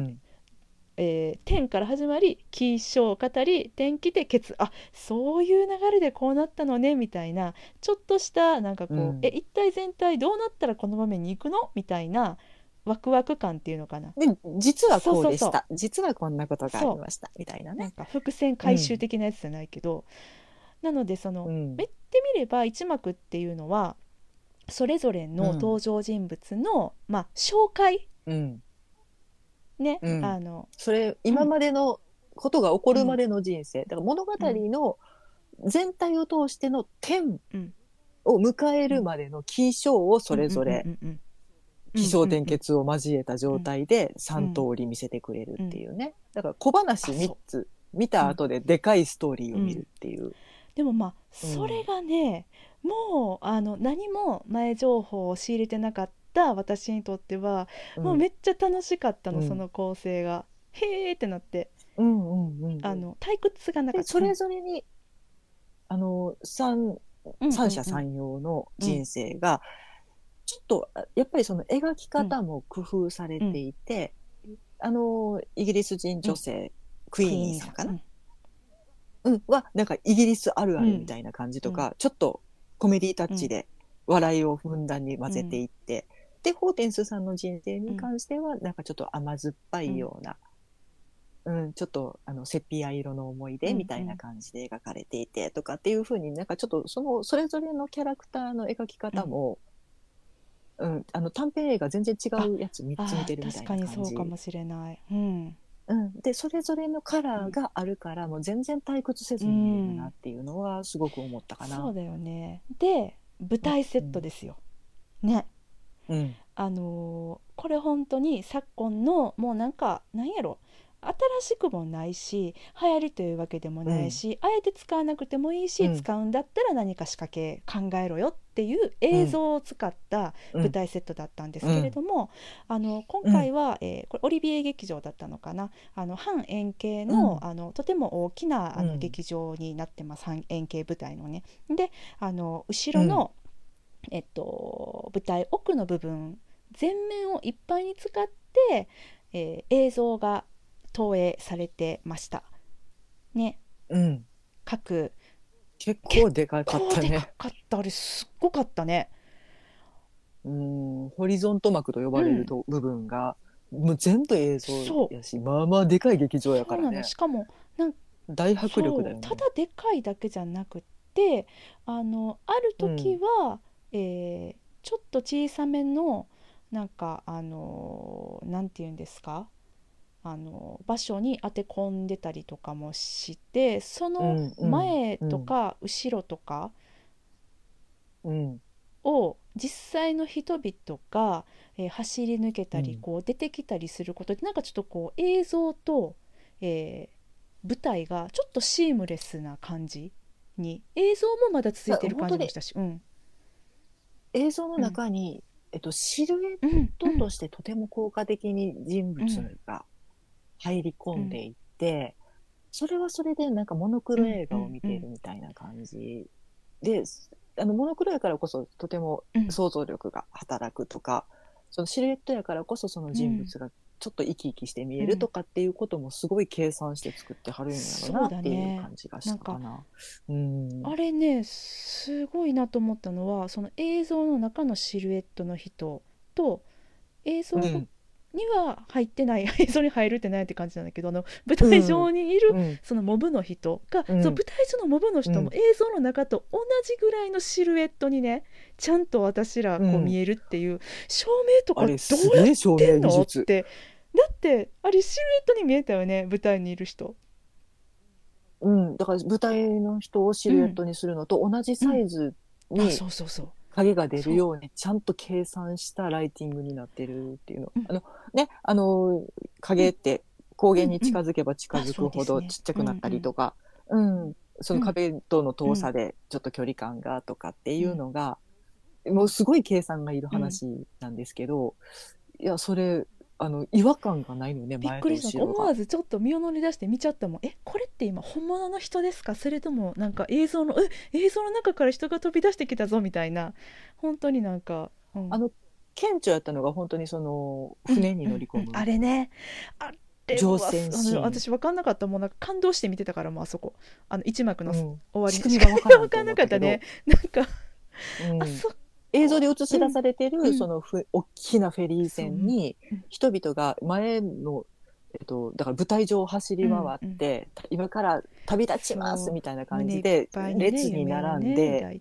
天から始まり起承を語り天気でケツ、そういう流れでこうなったのねみたいな、ちょっとしたなんかこう、一体全体どうなったらこの場面に行くのみたいなワクワク感っていうのかな。 で実はこうでした、実はこんなことがありましたみたいなね。 なんか伏線回収的なやつじゃないけど、なので言ってみれば一幕っていうのはそれぞれの登場人物の、紹介、ね、 それ今までのことが起こるまでの人生、だから物語の全体を通しての点を迎えるまでの起承をそれぞれ起承転結を交えた状態で3通り見せてくれるっていうね。だから小話3つ見た後ででかいストーリーを見るっていう。 でもそれがね、もう何も前情報を仕入れてなかった私にとっては、もうめっちゃ楽しかったの、その構成がへーってなって、退屈がなかった。 それぞれに三者三様の人生がちょっとやっぱりその描き方も工夫されていて、イギリス人女性、クイーニーさんかな、はなんかイギリスあるあるみたいな感じとか、ちょっとコメディタッチで笑いをふんだんに混ぜていって、でホーテンスさんの人生に関してはなんかちょっと甘酸っぱいような、ちょっとセピア色の思い出みたいな感じで描かれていてとかっていう風に、なんかちょっとそれぞれのキャラクターの描き方も、短編映画全然違うやつ3つ見てるみたいな感じ。 確かにそうかもしれない。 でそれぞれのカラーがあるから、もう全然退屈せずに見れるなっていうのはすごく思ったかな。 そうだよね。で舞台セットですよ、ね。これ本当に昨今のもうなんやろ、新しくもないし流行りというわけでもないし、あえて使わなくてもいいし、使うんだったら何か仕掛け考えろよっっていう映像を使った舞台セットだったんですけれども、今回は、これオリビエ劇場だったのかな、半円形の、とても大きな劇場になってます。半円形舞台のね。で後ろの、舞台奥の部分全面をいっぱいに使って、映像が投影されてましたね。各結構でかかったね。 でかかった。あれすっごかったね。 ホリゾント幕と呼ばれる部分が、もう全部映像やし、まあまあでかい劇場やからね。 しかも大迫力だよね。 ただでかいだけじゃなくて、ある時は、ちょっと小さめのなんていうんですか、場所に当て込んでたりとかもして、その前とか後ろとかを実際の人々が、走り抜けたりこう出てきたりすることで、なんかちょっとこう映像と、舞台がちょっとシームレスな感じに、映像もまだ続いてる感じもしたし、 映像の中に、シルエットとしてとても効果的に人物が入り込んでいって、それはそれでなんかモノクロ映画を見ているみたいな感じで、モノクロやからこそとても想像力が働くとか、そのシルエットやからこそその人物がちょっと生き生きして見えるとかっていうこともすごい計算して作ってはるんやろなっていう感じがしたかな。 あれね、すごいなと思ったのは、その映像の中のシルエットの人と映像には入ってない、映像に入るってないって感じなんだけど、舞台上にいるそのモブの人が、その舞台上のモブの人も映像の中と同じぐらいのシルエットにね、ちゃんと私らこう見えるっていう、照明とかどうやってんのって、だってあれシルエットに見えたよね、舞台にいる人。 だから舞台の人をシルエットにするのと同じサイズに影が出るようにちゃんと計算したライティングになってるっていうの。影って光源に近づけば近づくほどちっちゃくなったりとか、その壁との遠さでちょっと距離感がとかっていうのが、もうすごい計算がいる話なんですけど、いやそれ違和感がないのね。 びっくりした。思わずちょっと身を乗り出して見ちゃったもん。これって今本物の人ですか、それともなんか映像の中から人が飛び出してきたぞみたいな、本当になんか、 顕著やったのが本当にその船に乗り込む、 あれね、 乗船シーン、 私分かんなかった。もうなんか感動して見てたから、もうあそこ一幕の終わりに仕組みが分かんなかったね。なんか、 映像で映し出されてるその大きなフェリー船に人々が前の、だから舞台上を走り回って、今から旅立ちますみたいな感じで列に並んで、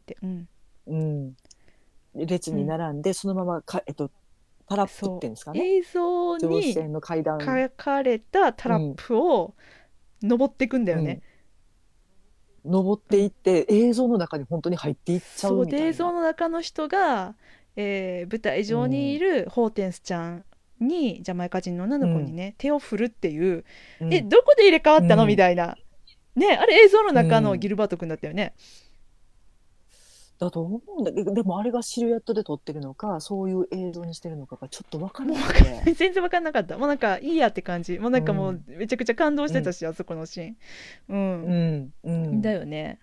列に並んでそのままタラップっていうんですかね、 映像に書かれたタラップを登っていくんだよね。 登っていって映像の中に本当に入っていっちゃうみたいな。 映像の中の人が、舞台上にいるホーテンスちゃんに、ジャマイカ人の女の子にね、手を振るっていう、どこで入れ替わったのみたいなね、あれ映像の中のギルバート君だったよね。 だと思うんだけど、でもあれがシルエットで撮ってるのかそういう映像にしてるのかがちょっと分からなくて、 全然分かんなかった。もうなんかいいやって感じ。もうなんかもうめちゃくちゃ感動してたし、あそこのシーン、だよね。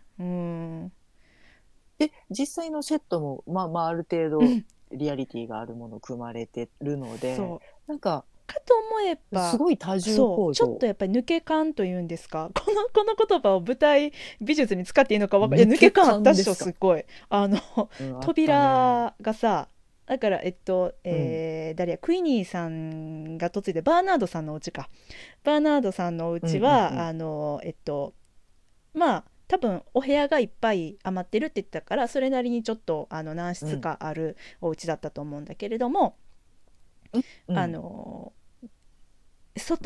で実際のセットもまあある程度リアリティがあるもの組まれてるので、なんかと思えばすごい多重構造、 ちょっとやっぱり抜け感というんですか、この言葉を舞台美術に使っていいのか分からない。抜け感あったっしょ、すっごい。扉がさ、だから誰や、クイニーさんが嫁いでバーナードさんのお家か。バーナードさんのお家は、まあ多分お部屋がいっぱい余ってるって言ってたから、それなりにちょっと何室かあるお家だったと思うんだけれども、外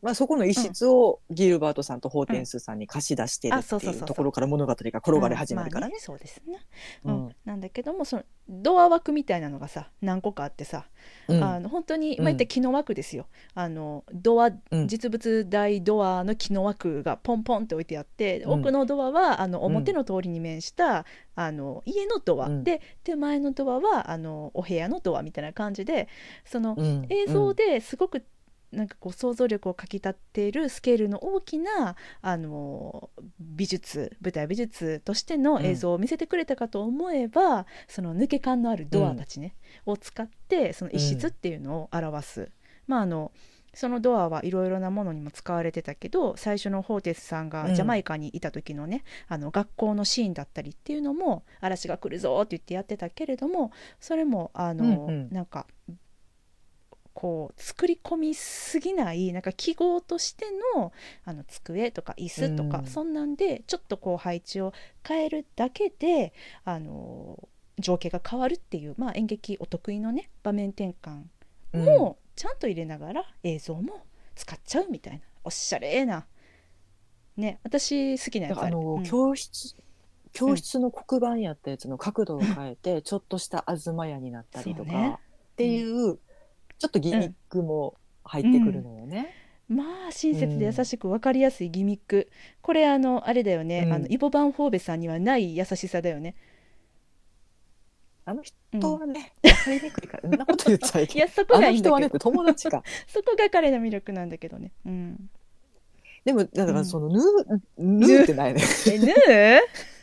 まあ、そこの一室をギルバートさんとホーテンスさんに貸し出してるっていうところから物語が転がり始まるからね。 そうですね、なんだけどもそのドア枠みたいなのがさ何個かあってさ、本当に、言った木の枠ですよ。ドア、実物大ドアの木の枠がポンポンって置いてあって、奥のドアは表の通りに面した、家のドア、で手前のドアはお部屋のドアみたいな感じで、その映像ですごくなんかこう想像力をかきたっているスケールの大きな舞台美術としての映像を見せてくれたかと思えば、その抜け感のあるドアたちね、を使ってその一室っていうのを表す、そのドアはいろいろなものにも使われてたけど、最初のホーテスさんがジャマイカにいた時のね、学校のシーンだったりっていうのも嵐が来るぞって言ってやってたけれども、それもなんかこう作り込みすぎないなんか記号としての机とか椅子とか、そんなんでちょっとこう配置を変えるだけで情景が変わるっていう、演劇お得意のね場面転換もちゃんと入れながら映像も使っちゃうみたいな、おしゃれなね、私好きなやつある。 教室の黒板やったやつの角度を変えて、ちょっとした東屋になったりとかっていう、ちょっとギミックも入ってくるのよね。 親切で優しく分かりやすいギミック、これあれだよね、イボ・バンフォーベさんにはない優しさだよね。 あの人はね、分かりにくいから、そんなこと言っちゃいけない。そこがいいんだけど、あの人はね、友達か。 そこが彼の魅力なんだけどね。 でもだからそのヌーってないね。 ヌー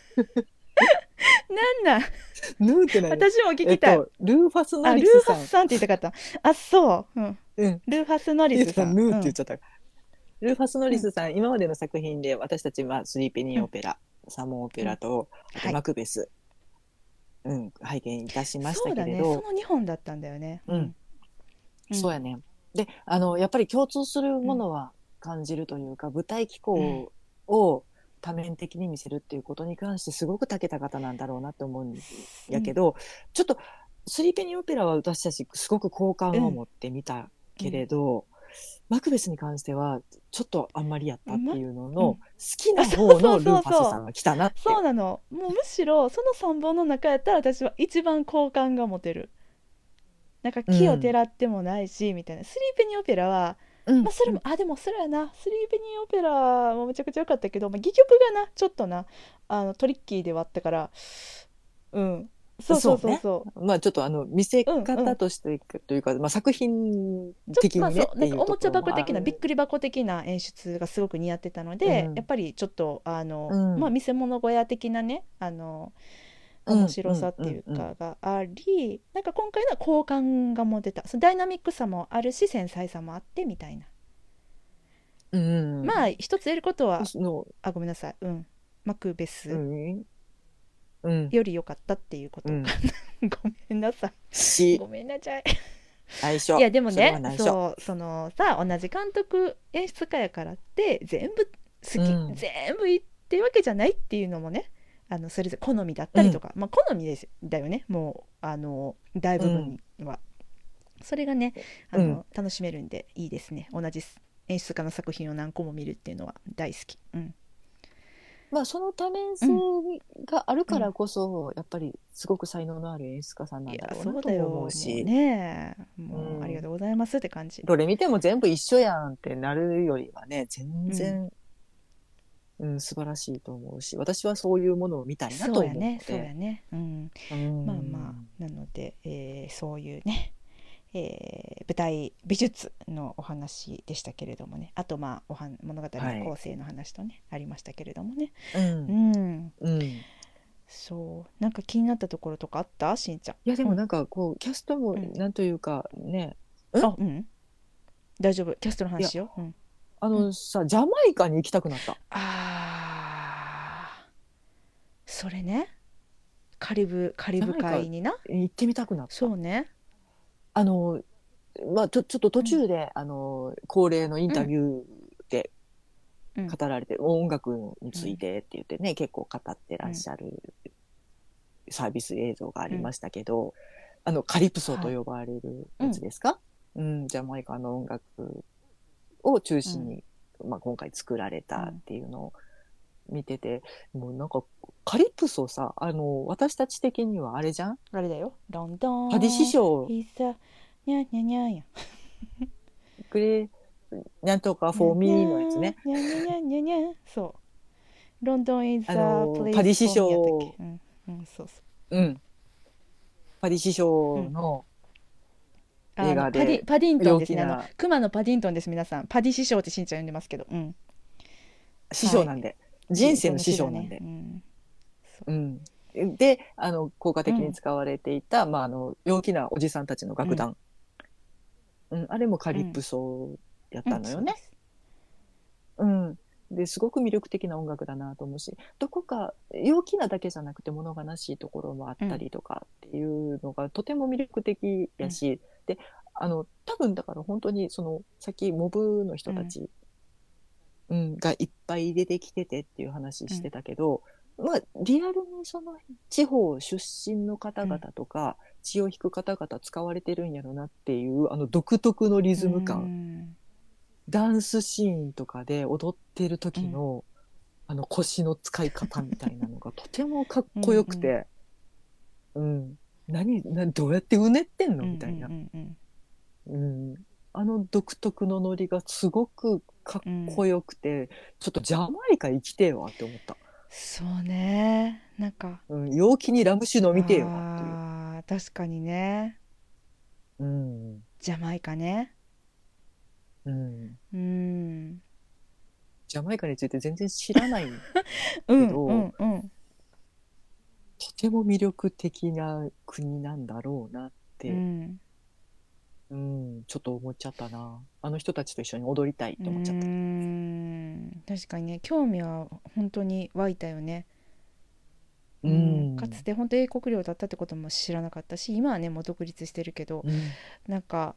なんヌーってない。 私も聞きたい。 ルーファス・ノリスさん。 ルーファスさんって言いたかった。そう。ルーファス・ノリスさん。 ヌーって言っちゃった。ルーファス・ノリスさん、今までの作品で私たちはスリーペニーオペラ、サモンオペラと、マクベス、拝見いたしましたけれど。 そうだね。その2本だったんだよね。 そうやね。で、やっぱり共通するものは感じるというか、舞台機構を多面的に見せるっていうことに関してすごく長けた方なんだろうなと思うんやけど、ちょっとスリーペニーオペラは私たちすごく好感を持ってみたけれど、マクベスに関してはちょっとあんまりやったっていうのの、好きな方のルーファスさんが来たなって。 そうなの。もうむしろその3本の中やったら私は一番好感が持てる。なんか木をてらってもないし、みたいな。スリーペニーオペラはそれもでもそれやな、スリーペニーオペラもめちゃくちゃ良かったけど、戯曲がなちょっとなトリッキーではあったから、そう、ちょっと見せ方としてというか、作品的にねっていうところもある。 なんかおもちゃ箱的なびっくり箱的な演出がすごく似合ってたので、やっぱりちょっと見せ物小屋的なね面白さっていうかがあり、なんか今回のは好感が持てた。そのダイナミックさもあるし繊細さもあってみたいな。一つやることはごめんなさい、マクベスより良かったっていうこと、ごめんなさい、ごめんなさい。いやでもね、そのさ、同じ監督演出家やからって全部好き、全部いいっていうわけじゃないっていうのもね、それぞれ好みだったりとか、好みですだよね、もう大部分は、それがね楽しめるんでいいですね。同じ演出家の作品を何個も見るっていうのは大好き。 その多面性があるからこそ、やっぱりすごく才能のある演出家さんなんだろうなと思うし、 もうありがとうございますって感じ。 どれ見ても全部一緒やんってなるよりはね、全然、素晴らしいと思うし、私はそういうものを見たいなと思って。 そうやね。なので、そういうね、舞台美術のお話でしたけれどもね、あと物語の構成の話とね、ありましたけれどもね。そうなんか気になったところとかあったしんちゃん。 いやでもなんかこうキャストもなんというかね、 大丈夫、キャストの話よ。 ジャマイカに行きたくなった。 それね、カリブ海にな行ってみたくなった。 そうね。 ちょっと途中で、恒例のインタビューで語られて、音楽についてって言ってね、結構語ってらっしゃるサービス映像がありましたけど、カリプソと呼ばれるやつですか、ジャマイカの音楽を中心に、今回作られたっていうのを見てて、もうなんかカリプソさ、私たち的にはあれじゃん、 あれだよ、ロンドンパディ師匠、 いざにゃにゃにゃやグレなんとかフォーミーのやつね。 にゃにゃにゃにゃにゃにゃ、そうロンドン is a パ place ディ師 for me やったっけ、 匠、 そうそうん、パディ師う、 匠の映画でパディントンですね、 陽気な熊のパディントンです。皆さんパディ師匠ってしんちゃん呼んでますけど、はい、 師匠なんで、人生の師匠なんで、 そうん、で効果う、 的に使われていた、陽気なおじさんたちの楽団、あれもカリプソやったのよね。うん、ですごく魅力的な音楽だなと思うし、どこか陽気なだけじゃなくて物悲しいところもあったりとかっていうのがとても魅力的やし、で多分だから本当にそのさっきモブの人たち、がいっぱい出てきててっていう話してたけど、リアルにその地方出身の方々とか、血を引く方々使われてるんやろなっていう独特のリズム感、ダンスシーンとかで踊ってる時の、腰の使い方みたいなのがとてもかっこよくて、どうやってうねってんのみたいな、独特のノリがすごくかっこよくて、ちょっとジャマイカ行きてえわって思った。 そうね、なんか、 陽気にラム酒飲みてえわっていう。 確かにね、ジャマイカね、 ジャマイカについて全然知らないけど、とても魅力的な国なんだろうなって、ちょっと思っちゃったな。あの人たちと一緒に踊りたいって思っちゃった。 確かにね、興味は本当に湧いたよね。かつて本当英国領だったってことも知らなかったし、今はねもう独立してるけど、なんか、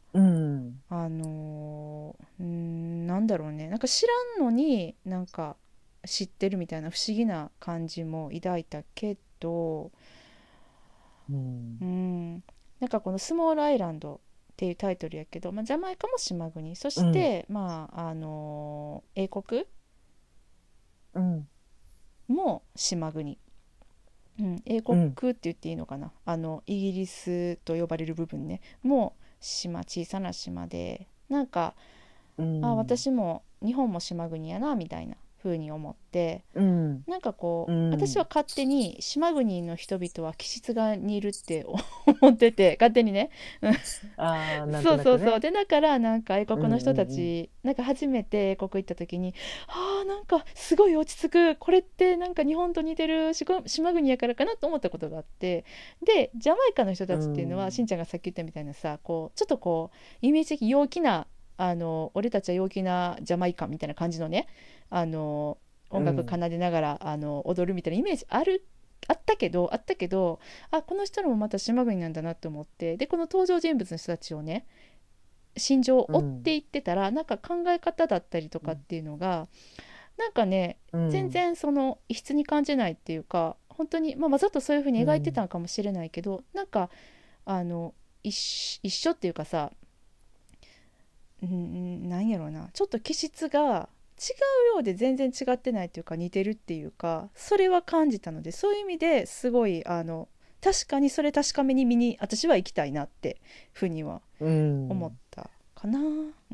なんだろうね、なんか知らんのになんか知ってるみたいな不思議な感じも抱いたけど、なんかこの「スモールアイランド」っていうタイトルやけど、ジャマイカも島国、そして、英国も島国、英国って言っていいのかな、イギリスと呼ばれる部分ねもう小さな島で、なんか、私も日本も島国やなみたいな風に思って、なんかこう、私は勝手に島国の人々は気質が似るって思ってて、勝手にねそうそうそう、でだからなんか英国の人たち、なんか初めて英国行った時に、なんかすごい落ち着く、これってなんか日本と似てる島国やからかなと思ったことがあって、でジャマイカの人たちっていうのは、しんちゃんがさっき言ったみたいなさ、こうちょっとこうイメージ的陽気な、俺たちは陽気なジャマイカみたいな感じのね、音楽奏でながら、踊るみたいなイメージあったけど、この人らもまた島国なんだなって思って、でこの登場人物の人たちをね、心情を追っていってたら、なんか考え方だったりとかっていうのが、なんかね、全然その異質に感じないっていうか、本当に、わざとそういう風に描いてたのかもしれないけど、なんか一緒っていうかさ、なんやろうな、ちょっと気質が違うようで全然違ってないというか、似てるっていうか、それは感じたので、そういう意味ですごい確かにそれ確かめに見に私は行きたいなってふうには思ったかな。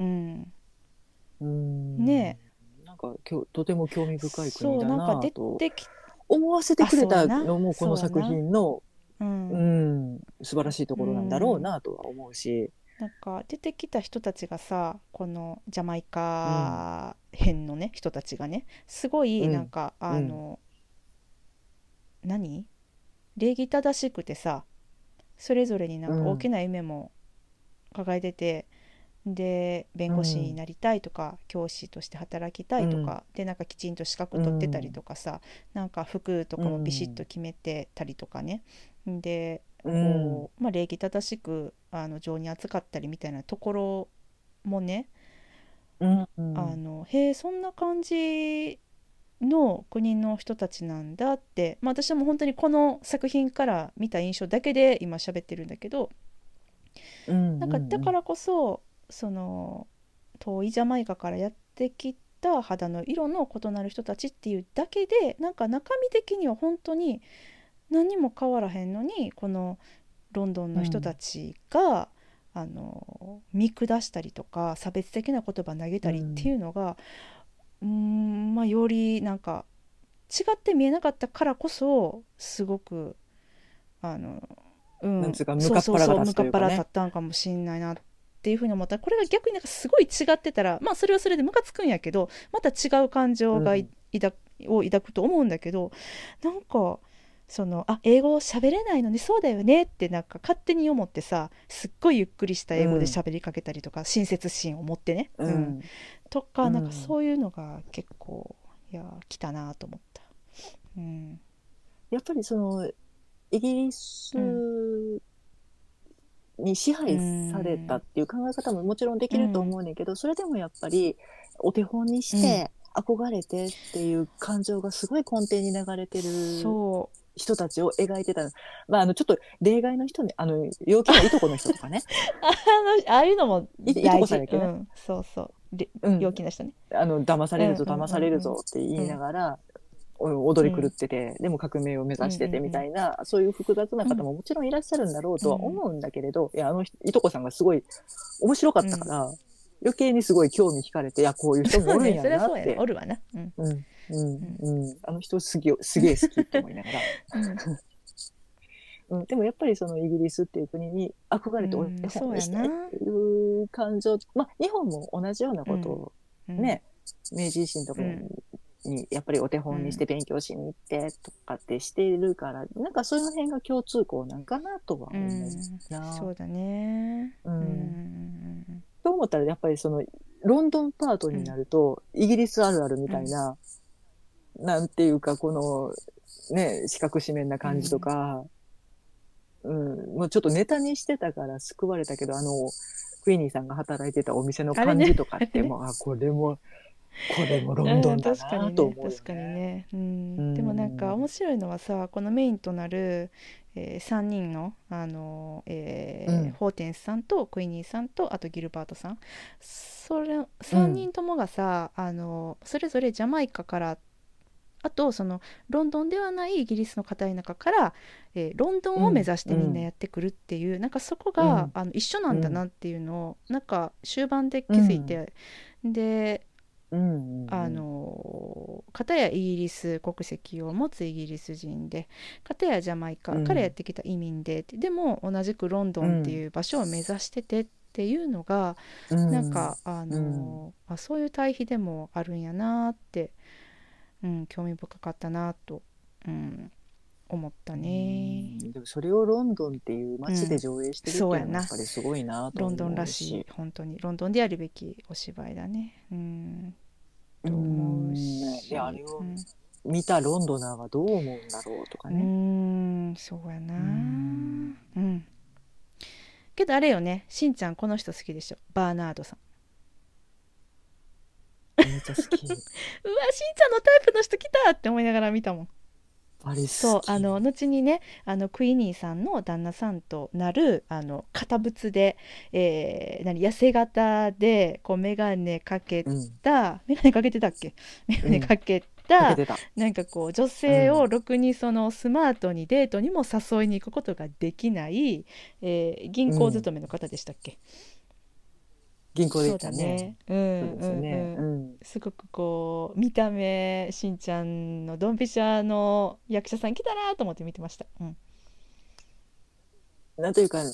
ねえ、なんかとても興味深い国だなんか出なとてき思わせてくれたのもこそうやなの作品の素晴らしいところなんだろううんなとは思うし、 なんか出てきた人たちがさ、このジャマイカ編のね人たちがね、すごいなんか何礼儀正しくてさ、それぞれになんか大きな夢も抱えてて、で弁護士になりたいとか、教師として働きたいとか、でなんかきちんと資格取ってたりとかさ、なんか服とかもビシッと決めてたりとかね、でこう、礼儀正しく情に扱ったりみたいなところもね、へえ、そんな感じの国の人たちなんだって、私はもう本当にこの作品から見た印象だけで今喋ってるんだけど、なんかだからこそその遠いジャマイカからやってきた肌の色の異なる人たちっていうだけでなんか中身的には本当に何も変わらへんのにこのロンドンの人たちが、見下したりとか差別的な言葉投げたりっていうのが、まあ、よりなんか違って見えなかったからこそすごくなんつうか向そうかっ腹がそうそう向かっ立つというかね。 腹立ったんかもしんないなっていうふうに思ったら、これが逆になんかすごい違ってたらまあそれはそれでムカつくんやけどまた違う感情がを抱くと思うんだけど、なんか英語喋れないのにそうだよねってなんか勝手に思ってさ、すっごいゆっくりした英語で喋りかけたりとか、親切心を持ってね、とかなんかそういうのが結構来たなと思った。 やっぱりイギリスに支配されたっていう考え方ももちろんできると思うねんけど、それでもやっぱりお手本にして憧れてっていう感情がすごい根底に流れてる人たちを描いてた。まあ、ちょっと例外の人ね、陽気ないとこの人とかねああいうのも大事。 いとこさんやけどね、 そうそう、陽気な人ね。 騙されるぞ騙されるぞって言いながら、踊り狂ってて、でも革命を目指しててみたいな、そういう複雑な方ももちろんいらっしゃるんだろうとは思うんだけれど、いやいとこさんがすごい面白かったから、余計にすごい興味惹かれて、いやこういう人もおるんやなって。 おるわな。 あの人すげえ好きって思いながら。でもやっぱりイギリスっていう国に憧れてお手本にしてっていう感情、まあ日本も同じようなことをね、明治維新とかにやっぱりお手本にして勉強しに行ってとかってしているから、なんかその辺が共通項なんかなとは思うな。 そうだね。 と思ったらやっぱりロンドンパートになると、イギリスあるあるみたいな、なんていうかこのね四角四面な感じとか、もうちょっとネタにしてたから救われたけど、クイニーさんが働いてたお店の感じとかっても、これもロンドンだなと思うよね。 確かにね。でもなんか面白いのはさ、このメインとなる、3人の、ホーテンスさんとクイニーさんとあとギルバートさん、それ3人ともがさ、それぞれジャマイカからあとロンドンではないイギリスの片田舎から、ロンドンを目指してみんなやってくるっていう、なんかそこが、一緒なんだなっていうのをなんか終盤で気づいて、で片やイギリス国籍を持つイギリス人で、片やジャマイカからやってきた移民で、でも同じくロンドンっていう場所を目指しててっていうのが、なんかそういう対比でもあるんやなって、興味深かったなと、思ったね。 でもそれをロンドンっていう街で上映してるっていうのはやっぱりすごいなと思うし、 ロンドンらしい、本当にロンドンでやるべきお芝居だね。と思うし、 あれを見たロンドナーはどう思うんだろうとかね。 そうやな。けどあれよね、しんちゃんこの人好きでしょ、バーナードさん。 めっちゃ好き。うわ、しんちゃんのタイプの人来たって思いながら見たもん。そう後にねクイニーさんの旦那さんとなる堅物で、痩せ型でこう眼鏡かけた、眼鏡かけてたっけ、眼鏡かけた、なんかこう女性をろくにスマートにデートにも誘いに行くことができない、銀行勤めの方でしたっけ。 銀行でしたね。 すごくこう見た目しんちゃんのドンピシャの役者さん来たなと思って見てました。 なんというか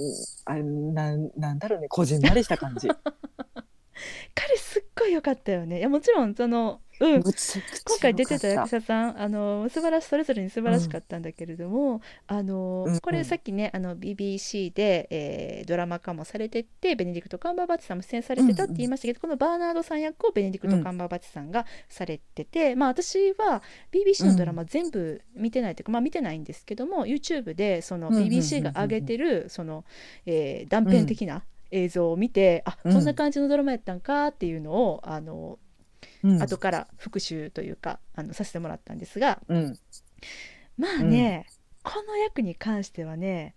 なんだろうね、こじんまりした感じ。 彼すっごい良かったよね。いやもちろん今回出てた役者さん素晴らしそれぞれに素晴らしかったんだけれども、これさっきねBBC で、ドラマ化もされててベネディクト・カンバーバッチさんも出演されてたって言いましたけど、このバーナードさん役をベネディクト・カンバーバッチさんがされてて、まあ私は BBC のドラマ全部見てないというか、まあ見てないんですけども YouTube でBBC が上げてる断片的な映像を見て、こんな感じのドラマやったんかっていうのを後から復習というかさせてもらったんですが、まあね、この役に関してはね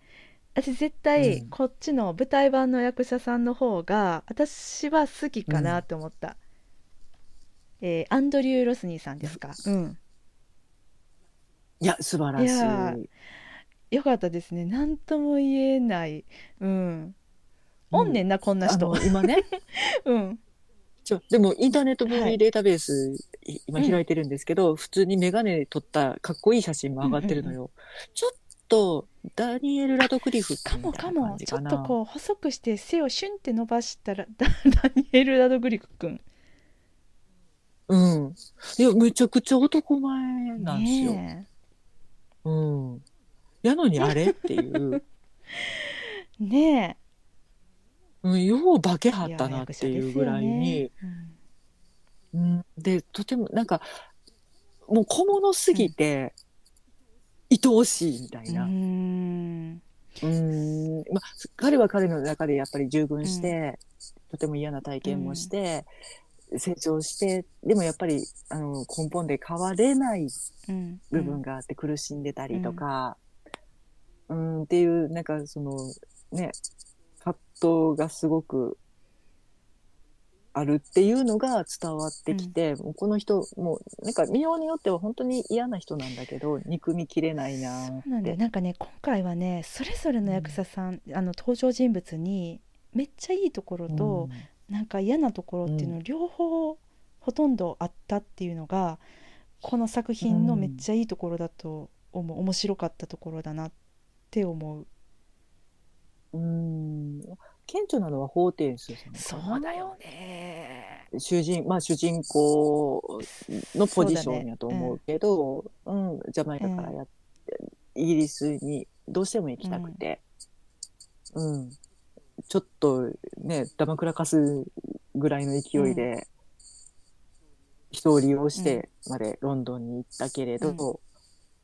私絶うん、 対こっちの舞台版の役者さんの方が私は好きかなうん。 って思った。アンドリュー・ロスニーさんですか。うん。 いや、素晴いらしやい。 ー、よかったですね。なんとも言えない。うん。おんうん。 ねんな、こんな人。 今ね、 うん。 でもインターネットムーはい。 ビーデータベース、今うん。 開いてるんですけど、普通にメガネ撮ったかっこいい写真もうん上がっうんうん。 てるのよ。ちょっと、ダニエル・ラドクリフか君みたいな感もかも。ちょっじかな。 とこう、細くして背をシュンって伸ばしたら、ダニエル・ラドグリフ君。 うん。いや、めちゃくちゃ男前なんですよ。 ねうん。やのにあれっていう、 え。ねうん、よう化けえ。 はったいや、 なって役者ですいうぐらいよね。 に、 うん。 うん、で、とてもなんか、もう小物すうん。 ぎて、愛おしいみたうーいな。 ん。 まあ、彼は彼の中でやっぱり従軍うん。 して、とても嫌な体験もしうん。 て、成長して、でもやっぱり、根本で変われないうん。う部分ん。 があって苦しんでたりとうん。 か、っていう、なんかその、ね、葛藤がすごくあるっていうのが伝わってきうん。 て、もうこの人、もうなんか見ようによっては本当に嫌な人なんだけど、憎みきれないなそうなんだよ。 ーって。 なんかね、今回はね、それぞれの役者さん、登場人物に、めっちゃいいところうと、 ん、 なんか嫌なところっうん、 ていうの両方ほとんどあったっていうのが、この作う品のめっん、 ちゃいいところだと思う。面白かったところだなって思う。 うん。顕著なのはホーテンスさんそかな。 うだよね。 まあ主人公のポジションそうだね。 やと思ううん。 けど、ジャマイカからうん。 イギリスにどうしても行きたくうん。 て、うん、ちょっとね、ダマくらかすぐらいのうん。 勢いで人を利用しうん。 てまでロンドンに行ったけれうん。 ど、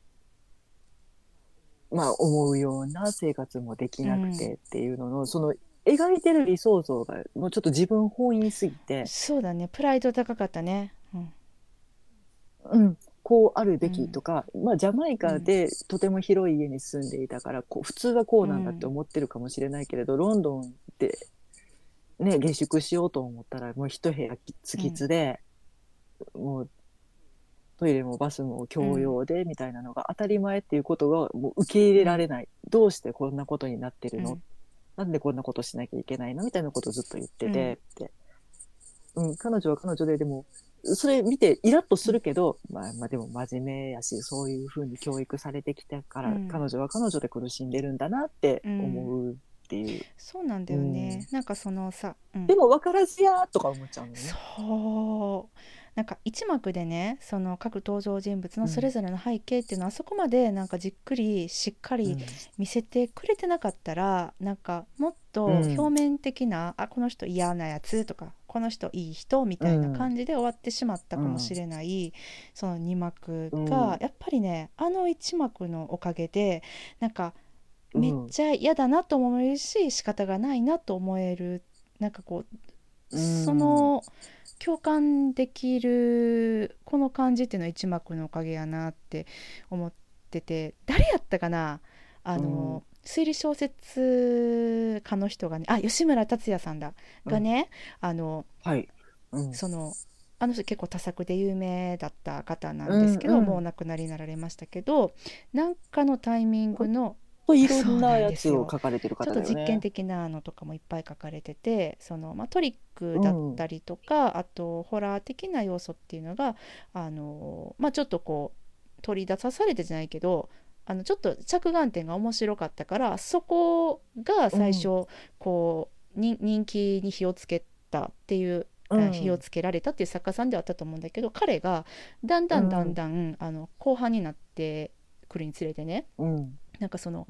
まあ思うような生活もできなくうん。 てっていうのの、その描いてる理想像がもうちょっと自分本位すぎて、 そうだね。プライド高かったね。うん。 うん、こうあるべきうん。 とか、まあジャマイうん。 カでとても広い家に住んでいたから、普通はこうなんだってうん。 思ってるかもしれないけれど、ロンドンでね、下宿しようと思ったらもう一部屋きつうん。 きつで、もうトイレもバスも共うん。 用でみたいなのが当たり前っていうことがもう受け入れられない。どうしてこんなことになってるの、 うん。 なんでこんなことしなきゃいけないのみたいなことをずっと言ってうん。 て、で、彼女は彼女で、でも、それ見てイラッとするけど、まあでも真面目やし、そういうふうに教育されてきたから、 うん。 彼女は彼女で苦しんでるんだなってうん。 思うっていう。 そうなんだうん。 よね。なんかそのさ、うん。 でも分からずやとか思っちゃうのね。 そう。なんか一幕でね、その各登場人物のうん。 それぞれの背景っていうのはあそこまでなんかじっくりしっかりうん。 見せてくれてなかったら、なんかもっと表うん。 面的な、あ、この人嫌なやつとか、この人いい人みたいなうん。 感じで終わってしまったうん。 かもしれない、その2幕うん。 がやっぱりね、あの1幕のおかげで、なんかめっうん。 ちゃ嫌だなと思えるし、仕方がないなと思える、なんかこう、 うそん。 の共感できるこの感じっていうのは一幕のおかげやなって思ってて、誰やったかな、 うん。 推理小説家の人がね、あ、吉村達也さんだ、 うん。 がね、あのはい。うん。 そのあの人結構多作で有名だった方なうんですけど、 ん。うん。 もうお亡くなりになられましたけど、なんかのタイミングの、 といろんそうなんなやつをですよ。 書かれてるちょっ方と実験だよね。 的なのとかもいっぱい書かれてて、トリックだっうん。 たりとか、あとホラー的な要素っていうのが、ちょっとこう取り出されてじゃないけど、ちょっと着眼点が面白かったから、そこがうん。 最初こう人気に火をつけたっていう、 うん。 火をつけられたっていう作家さんではあったと思うんだけど、彼がだんだんだんうん。 だん後半になってくるにつれてね、 うん。 なんかその、 うん。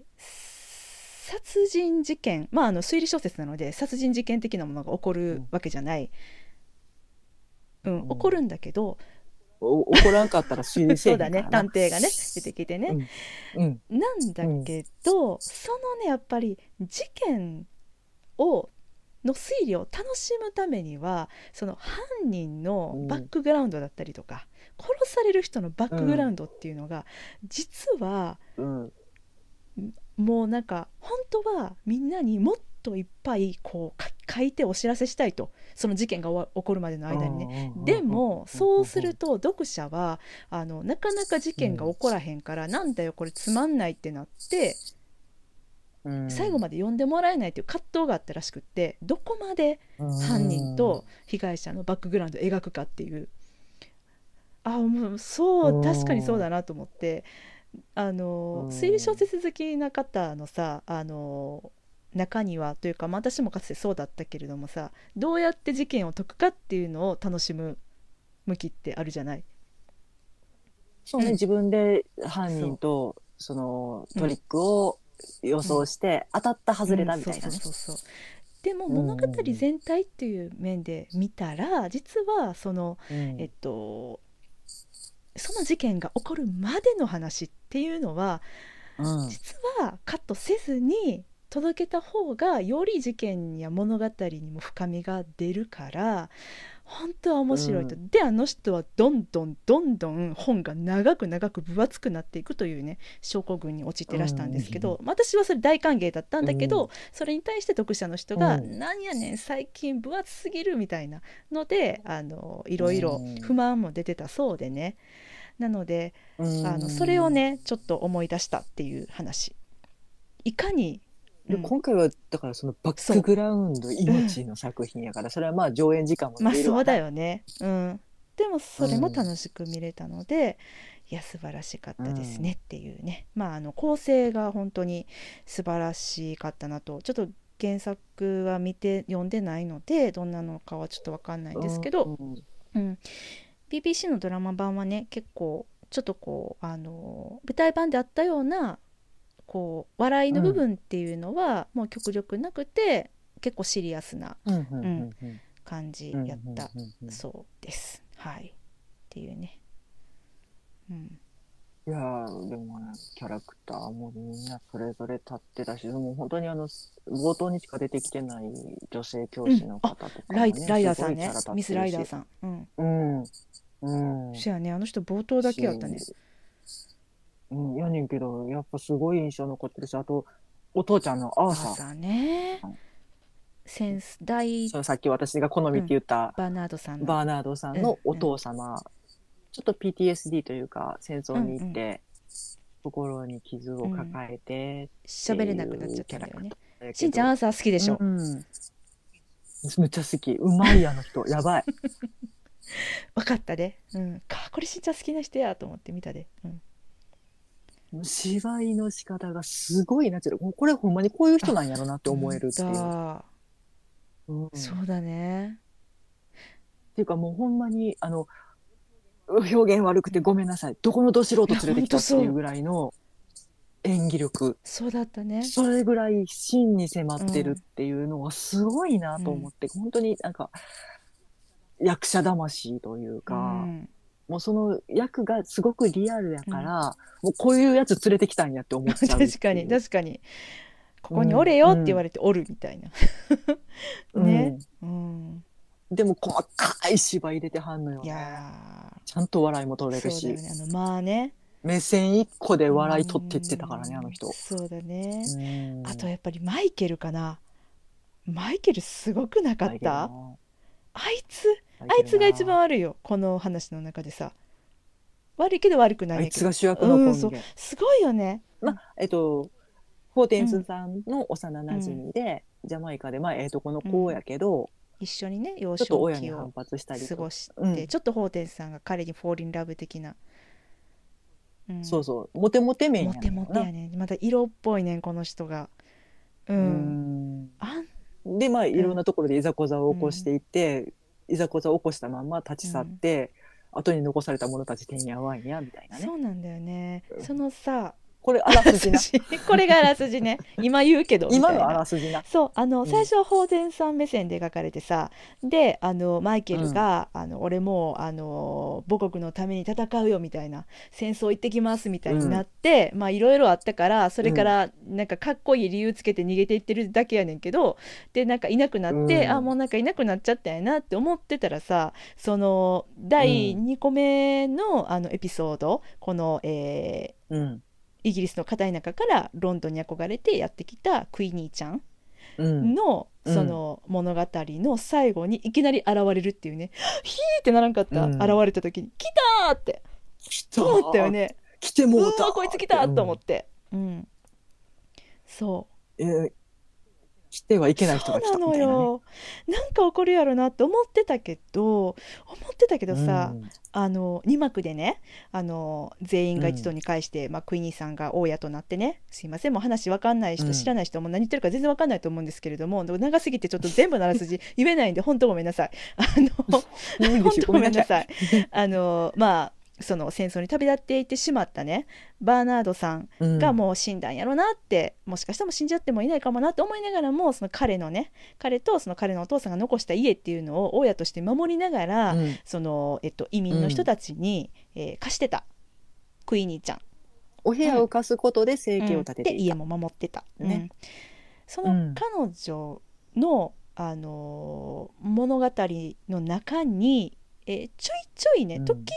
殺人事件、推理小説なので殺人事件的なものが起こうん。 るわけじゃない、うん、 うん。 起こるんだけど、 怒らんかったら推理せえそうだね、 へんからな。 探偵がね出てきてね、 うん。うん。 なんだうん。 けど、そのねやっぱり事件をの推理を楽しむためには、その犯人のバッうん。 クグラウンドだったりとか、殺される人のバックグラウうん。 ンドっていうのが実はうん。 もうなんか本当はみんなにもっといっぱいこう書いてお知らせしたいと、その事件が起こるまでの間にね。でもそうすると読者はなかなか事件が起こらへんから、なんだよこれつまんないってなって、最後まで読んでもらえないという葛藤があったらしくって、どこまで犯人と被害者のバックグラウンドを描くかっていう、もうそう確かにそうだなと思って、推理小説好きな方のさ中にはというか、私もかつてそうだったけれどもさ、どうやって事件を解くかっていうのを楽しむ向きってあるじゃない。 そうね、自分で犯人とそのトリックを予想して、当たった外れたみたいなね。 でも物語全体っていう面で見たら、実はその、その事件が起こるまでの話っていうのは、実はカットせずに届けた方がより事件や物語にも深みが出るから本当は面白いと。で人はどんどん本が長く分厚くなっていくというね症候群に陥ってらしたんですけど、私はそれ大歓迎だったんだけど、それに対して読者の人が、なんやねん最近分厚すぎるみたいなのでいろいろ不満も出てたそうでね。なのでそれをねちょっと思い出したっていう話。いかに今回はだからそのバックグラウンド命の作品やから、それはまあ上演時間もまあそうだよね、でもそれも楽しく見れたので、いや素晴らしかったですねっていうね、構成が本当に素晴らしかったなと。ちょっと原作は読んでないのでどんなのかはちょっと分かんないんですけど、BBC のドラマ版はね結構ちょっとこう舞台版であったようなこう笑いの部分っていうのはもう極力なくて、結構シリアスな感じやったそうです。はいっていうね。 いやでもキャラクターもみんなそれぞれ立ってたし、もう本当に冒頭にしか出てきてない女性教師の方とかもね、 ライダーさんね、ミスライダーさん。そうやね、あの人冒頭だけやったね。 やねんけどやっぱすごい印象残ってるし、あとお父ちゃんのアーサーね、 さっき私が好みって言った、 バーナードさんのお父様、ちょっと PTSD というか戦争に行って、心に傷を抱えて喋れなくなっちゃったんだよね。しんちゃんアーサー好きでしょ。 めっちゃ好き、うまいあの人やばい分かったで、これしんちゃん好きな人やと思って見たで。 芝居の仕方がすごいなって、これほんまにこういう人なんやろなって思えるっていう、 そうだね。 っていうかもうほんまに表現悪くてごめんなさい、どこのど素人連れてきたっていうぐらいの演技力。 そうだったね。 それぐらい真に迫ってるっていうのはすごいなと思って、本当になんか役者魂というか、もうその役がすごくリアルやから、もうこういうやつ連れてきたんやって思っちゃう。 確かにここにおれよって言われておるみたいな、ね、でも細かい芝居入れてはんのよね。ちゃんと笑いも取れるし、目線一個で笑い取っていってたからね、あの人。 そうだね。あとやっぱりマイケルかな。マイケルすごくなかった？あいつが一番悪いよこの話の中でさ。悪いけど悪くないね。 あいつが主役のコンビで、 すごいよね。 フォーテンスさんの幼なじみで、ジャマイカでこの子やけど、 一緒にね幼少期を過ごして、ちょっとフォーテンスさんが彼にフォーリンラブ的な、 そうそうモテモテ面やねんな。モテやねん。また色っぽいねんこの人が。でいろんなところでいざこざを起こしていって、いざこざを起こしたまま立ち去って、後に残された者たち手に合わんやみたいなね。 そうなんだよね。そのさこれあらすじなこれがあらすじね。今言うけど今のあらすじな。 そう最初はホーゼンさん目線で描かれてさ、でマイケルが、俺も母国のために戦うよみたいな、戦争行ってきますみたいになって、いろいろあったから、それからなんかかっこいい理由つけて逃げていってるだけやねんけど、でなんかいなくなって、もうなんかいなくなっちゃったんやなって思ってたらさ、その第2個目のエピソード、このイギリスの片田舎からロンドンに憧れてやってきたクイニーちゃんうんのその物語の最後にいきなり現れるっていうね、ヒーってならんかった、 うん現れた時に来たーって来た思ったよね。 来てもうたわこいつ来たと思って、そう来てはいけない人が来たそうなのみたいなね。 よ。なんか起こるやろなって思ってたけどさ、2幕でね、全員が一堂に会して、クイニーさんが大家となってね、すいませんもう話分かんない人、知らない人も何言ってるか全然分かんないと思うんですけれども、長すぎてちょっと全部のあらすじ言えないんで本当ごめんなさい。本当ごめんなさい。その戦争に旅立っていってしまったねバーナードさんがもう死んだんやろなって、もしかしたらもう死んじゃってもいないかもなと思いながらも、その彼とその彼のお父さんが残した家っていうのを親として守りながら、その、移民の人たちに、貸してたクイーニーちゃん、 お部屋を貸すことで生計を立てていた、 で家も守ってた、その彼女の、物語の中にちょいちょいね、時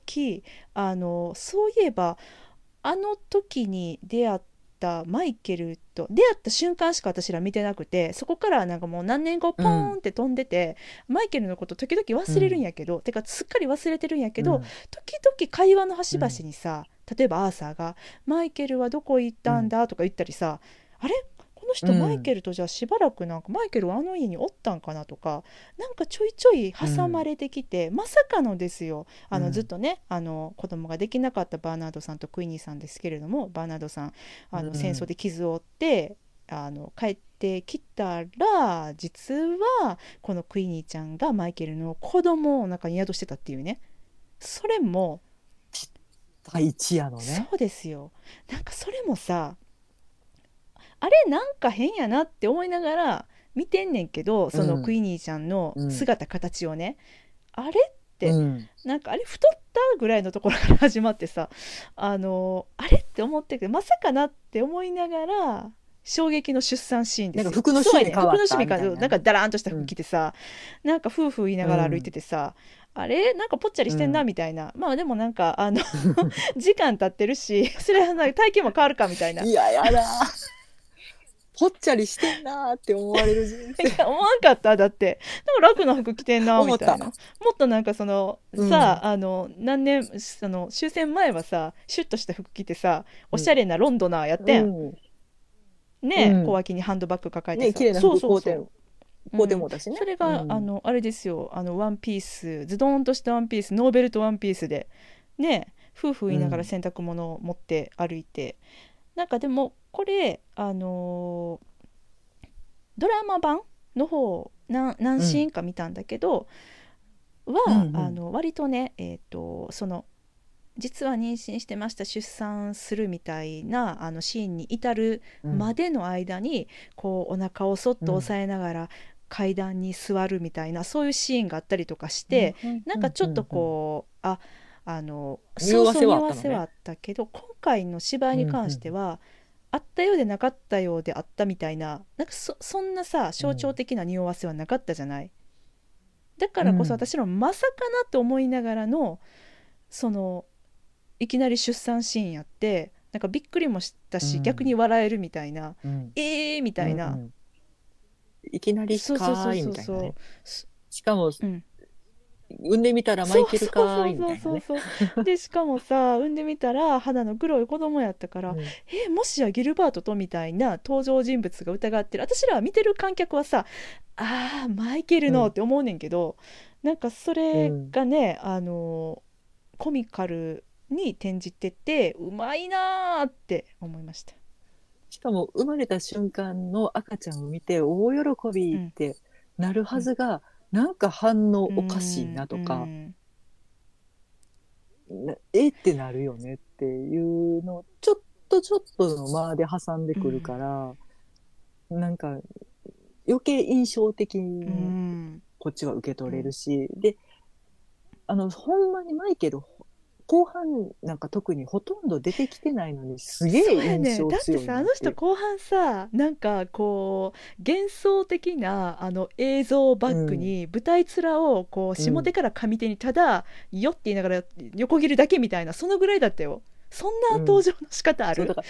々そういえばあの時に出会ったマイケルと出会った瞬間しか私ら見てなくて、そこからなんかもう何年後ポーンって飛んでて、マイケルのこと時々忘れるんやけど、てかすっかり忘れてるんやけど、時々会話の端々にさ、例えばアーサーがマイケルはどこ行ったんだとか言ったりさ、あれこの人マイケルとじゃあしばらくなんかマイケルはあの家におったんかなとか、なんかちょいちょい挟まれてきて、まさかのですよ、ずっとね子供ができなかったバーナードさんとクイニーさんですけれども、バーナードさん戦争で傷を負って帰ってきたら、実はこのクイニーちゃんがマイケルの子供を中に宿してたっていうね、それも第一夜のね。 そうですよ。なんかそれもさ、あれなんか変やなって思いながら見てんねんけど、そのクイニーちゃんの姿、形をね、あれって、なんかあれ太ったぐらいのところから始まってさ、あれって思ってて、まさかなって思いながら衝撃の出産シーンですよ。 なんか服の趣味変わったみたいな、 なんかダラーンとした服着てさ、なんか夫婦言いながら歩いててさ、あれなんかぽっちゃりしてんなみたいな、でもなんか時間経ってるし、それは体型も変わるかみたいな。 いややだぽっちゃりしてんなーって思われる人生。 いや思わんかった。だってなんか楽な服着てんなみたいな。もっとなんかそのさ、何年その終戦前はさシュッとした服着てさ、おしゃれなロンドナーやってん、ね、小脇にハンドバッグ抱えてさ、 綺麗な服買うてもだしね。 それがあれですよ、ワンピース、ズドーンとしたワンピース、ノーベルトワンピースでね、夫婦言いながら洗濯物を持って歩いて、なんかでもこれドラマ版の方何シーンか見たんだけど、割とねその実は妊娠してました、出産するみたいなシーンに至るまでの間に、こうお腹をそっと押さえながら階段に座るみたいな、そういうシーンがあったりとかして、なんかちょっとこう匂わせはあったけど、今回の芝居に関しては、あったようでなかったようであったみたいな、なんかそんなさ象徴的な匂わせはなかったじゃない。だからこそ私らまさかなと思いながらのそのいきなり出産シーンやって、なんかびっくりもしたし、逆に笑えるみたいな、みたいな、 いきなりかーいみたいなね。しかも、産んでみたらマイケルかーいみたいなね。 でしかもさ、産んでみたら肌の黒い子供やったから、もしやギルバートとみたいな登場人物が疑ってる、私らは見てる観客はさ、マイケルのって思うねんけど、なんかそれがね、コミカルに転じててうまいなーって思いました。 しかも生まれた瞬間の赤ちゃんを見て大喜びってなるはずが、なんか反応おかしいなとか、ってなるよねっていうのをちょっとの間で挟んでくるから、なんか余計印象的にこっちは受け取れるし、でほんまにマイケル後半なんか特にほとんど出てきてないのにすげえ印象強いなって。 だってさ、あの人後半さ、なんかこう幻想的な映像をバックに舞台面をこう下手から上手にただよって言いながら横切るだけみたいな、そのぐらいだったよ。 そんな登場の仕方ある？ そうだから、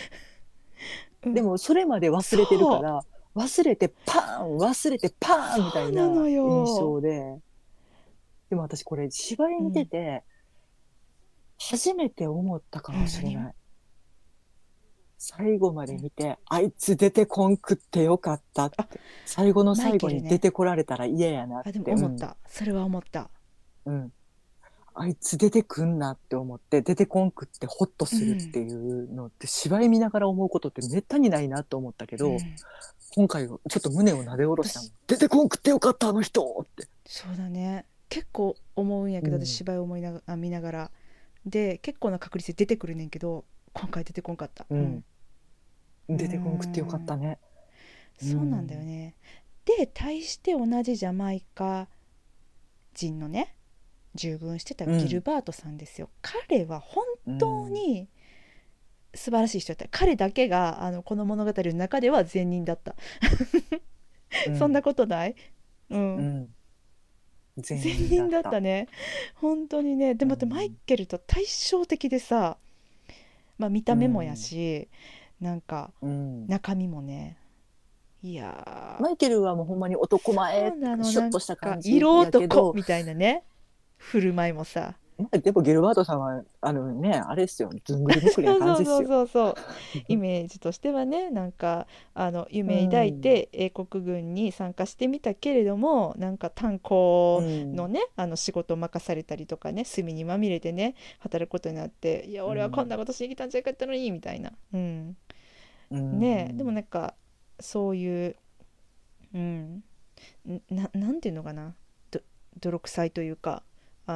でもそれまで忘れてるから、忘れてパーン忘れてパーンみたいな印象で、でも私これ芝居見てて、初めて思ったかもしれない。最後まで見て、あいつ出てこんくってよかったって。最後の最後に出てこられたら嫌やなって。 でも思った。それは思った。 あいつ出てくんなって思って、出てこんくってホッとするっていうのって、芝居見ながら思うことってめったにないなと思ったけど、今回ちょっと胸をなで下ろしたもん。出てこんくってよかったあの人って。 そうだね。結構思うんやけど、私芝居を見ながらで結構な確率で出てくるねんけど、今回出てこんかった。 出てこんくってよかったね。 そうなんだよね。で対して同じジャマイカ人のね従軍してたギルバートさんですよ。彼は本当に素晴らしい人だった。彼だけがこの物語の中では善人だったそんなことない？善人だったね、本当にね。でもマイケルと対照的でさ、見た目もやし、なんか中身もね、いやマイケルはもうほんまに男前、シュッとした感じ色男みたいなね振る舞いもさ。 でもギルバートさんはあれですよ、ずんぐりむっくりな感じですよ。 そうイメージとしてはね、なんか夢抱いて英国軍に参加してみたけれども、なんか炭鉱のね、仕事を任されたりとかね、炭にまみれてね働くことになって、いや俺はこんなことしに来たんじゃなかったのにみたいな、ね。でもなんかそういうなんていうのかな、泥臭いというか、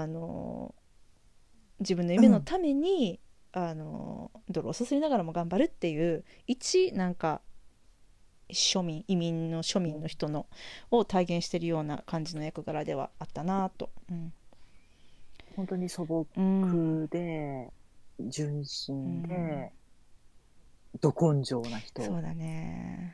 自分の夢のために、泥をすすりながらも頑張るっていうなんか移民の庶民の人のを体現してるような感じの役柄ではあったなと、 本当に素朴で、純真で、ど根性な人。 そうだね。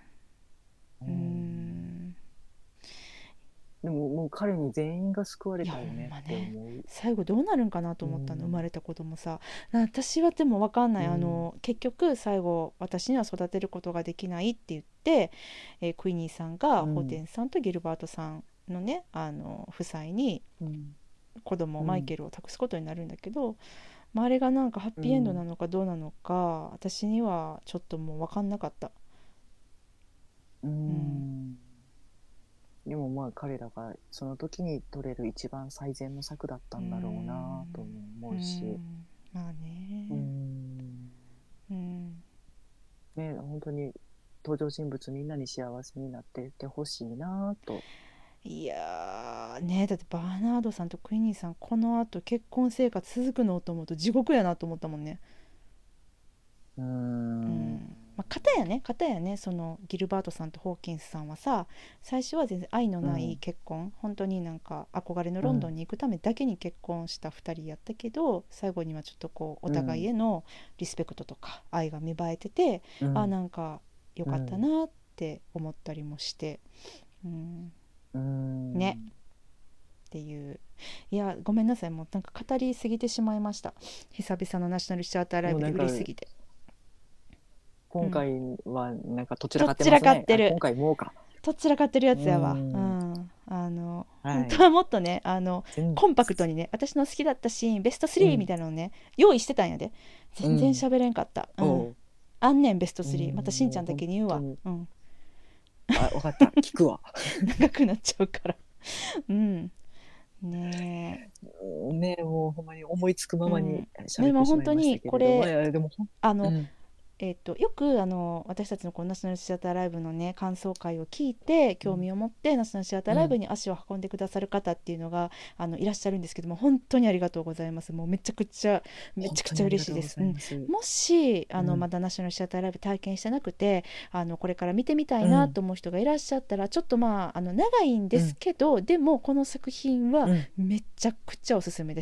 でももう彼に全員が救われたよねって思う。 最後どうなるんかなと思ったの、生まれた子供さ。私はでも分かんない、結局最後私には育てることができないって言って、クイニーさんがホテンさんとギルバートさんのね夫妻に子供、マイケルを託すことになるんだけど、あれがなんかハッピーエンドなのかどうなのか、私にはちょっともう分かんなかった。 でも彼らがその時に撮れる一番最善の策だったんだろうなと思うし、ね、本当に登場人物みんなに幸せになっていってほしいなと。 いやね、だってバーナードさんとクイニーさんこのあと結婚生活続くのと思うと地獄やなと思ったもんね。片やねそのギルバートさんとホーキンスさんはさ、最初は全然愛のない結婚、本当になんか憧れのロンドンに行くためだけに結婚した2人やったけど、最後にはちょっとこうお互いへのリスペクトとか愛が芽生えてて、なんか良かったなって思ったりもして、ねっていう。いやごめんなさい、もうなんか語りすぎてしまいました。久々のナショナルシアターライブで嬉しすぎて。 今回はなんかとちらかってますね。今回もうかとちらかってるやつやわ。本当はもっとねコンパクトにね、私の好きだったシーンベスト3みたいなのね、用意してたんやで。全然喋れんかった。あんねんベスト3。またしんちゃんだけに言うわ。分かった、聞くわ。 長くなっちゃうからねえもうほんまに思いつくままに喋ってしまいましたけれども、 本当にこれよく私たちのこのナショナルシアターライブのね感想会を聞いて興味を持ってナショナルシアターライブに足を運んでくださる方っていうのがいらっしゃるんですけども、本当にありがとうございます。もうめちゃくちゃ嬉しいです。もしまだナショナルシアターライブ体験してなくてこれから見てみたいなと思う人がいらっしゃったら、ちょっと長いんですけど、でもこの作品はめちゃくちゃおすすめです。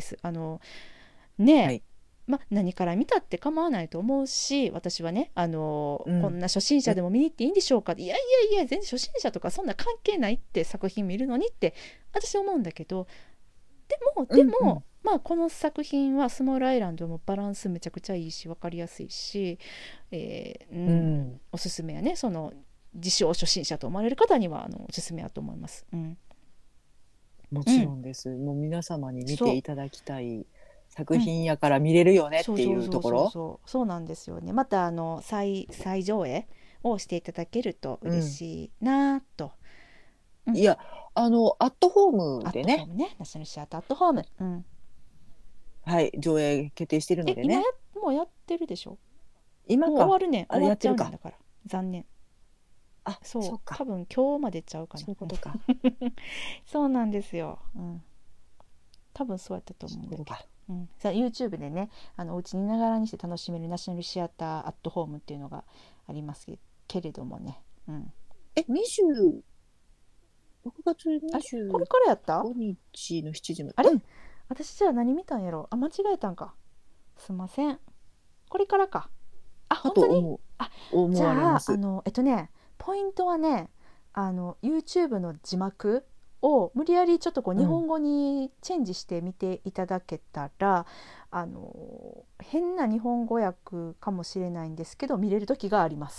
何から見たって構わないと思うし、私はねこんな初心者でも見に行っていいんでしょうか、いや全然初心者とかそんな関係ないって、作品見るのにって私思うんだけど、でもまあこの作品はスモールアイランドもバランスめちゃくちゃいいし分かりやすいし、おすすめやね。その自称初心者と思われる方にはおすすめやと思います。 もちろんです、もう皆様に見ていただきたい作品やから見れるよねっていうところ。 そうなんですよね。また再上映をしていただけると嬉しいなと、 いやアットホームでね、 ナショナルシアターアットホーム、 はい、上映決定してるのでね。 今もうやってるでしょ。 今かもう終わるね。終わっちゃうねんやってるか。 だから残念。 そうか。 多分今日までちゃうかな。 そういうことか。 そうなんですよ。多分そうやったと思うんだけど。さあ YouTube でね、お家にいながらにして楽しめるナショナルシアターアットホームっていうのがありますけれどもね。 6月25 これからやった日の7時まで。 あれ、私じゃあ何見たんやろ。間違えたんか。すいません。これからか。本当に。じゃあポイントはね、YouTube の字幕を無理やりちょっと日本語にチェンジしてみていただけたら、変な日本語訳かもしれないんですけど見れる時があります。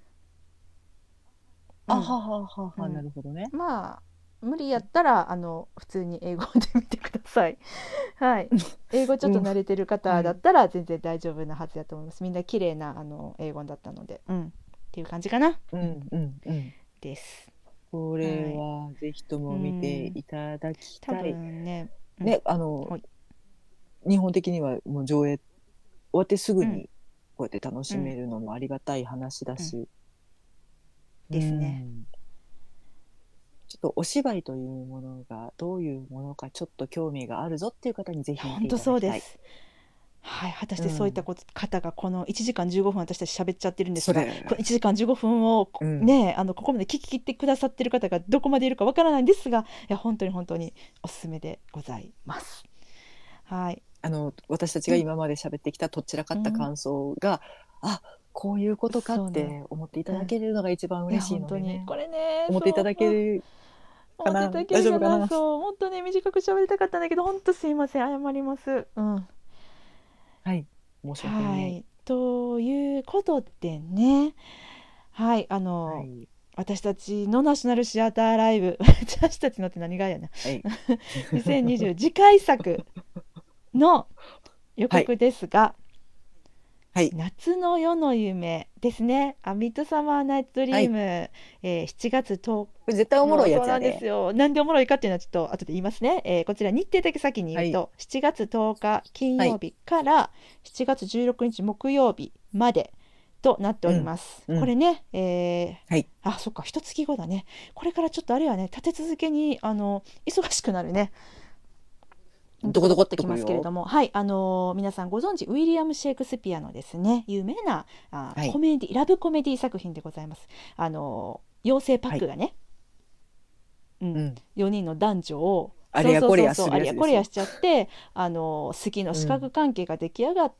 なるほどね。 まあ無理やったら普通に英語で見てください。はい。英語ちょっと慣れてる方だったら全然大丈夫なはずだと思います。みんな綺麗な英語だったので、っていう感じかな。です。 これはぜひとも見ていただきたい。 多分ね、 日本的にはもう上映終わってすぐにこうやって楽しめるのもありがたい話だし、 ですね。 ちょっとお芝居というものがどういうものかちょっと興味があるぞっていう方にぜひ見ていただきたい。 本当そうです。はい、果たしてそういった方がこの1時間15分私たち喋っちゃってるんですが、この1時間15分をね、ここまで聞き切ってくださってる方がどこまでいるかわからないんですが、いや本当に本当におすすめでございます。はい。 私たちが今まで喋ってきたとっちらかった感想が、こういうことかって思っていただけるのが一番嬉しいのでね。 これね、 思っていただけるかな。大丈夫かな。 そう、本当ね短く喋りたかったんだけど、本当すいません、謝ります。 はい、申し訳ない。 はい、ということでね、はい、私たちのナショナルシアターライブ私たちのって何がやな、2020次回作の予告ですが、夏の夜の夢ですね。ミッドサマーナイトドリーム、7月10日。 絶対おもろいやつやね。 そうなんですよ。なんでおもろいかっていうのはちょっと後で言いますね。こちら日程だけ先に言うと、7月10日金曜日から7月16日木曜日までとなっております。これね、そっか、一月後だね。これからちょっとあれはね、立て続けに忙しくなるね。 どこどこってきますけれども、はい、皆さんご存知ウィリアム・シェイクスピアのですね有名なコメディ、ラブコメディ作品でございます。妖精パックがね、4人の男女をあれやこれやしちゃって好きの視覚関係が出来上がって、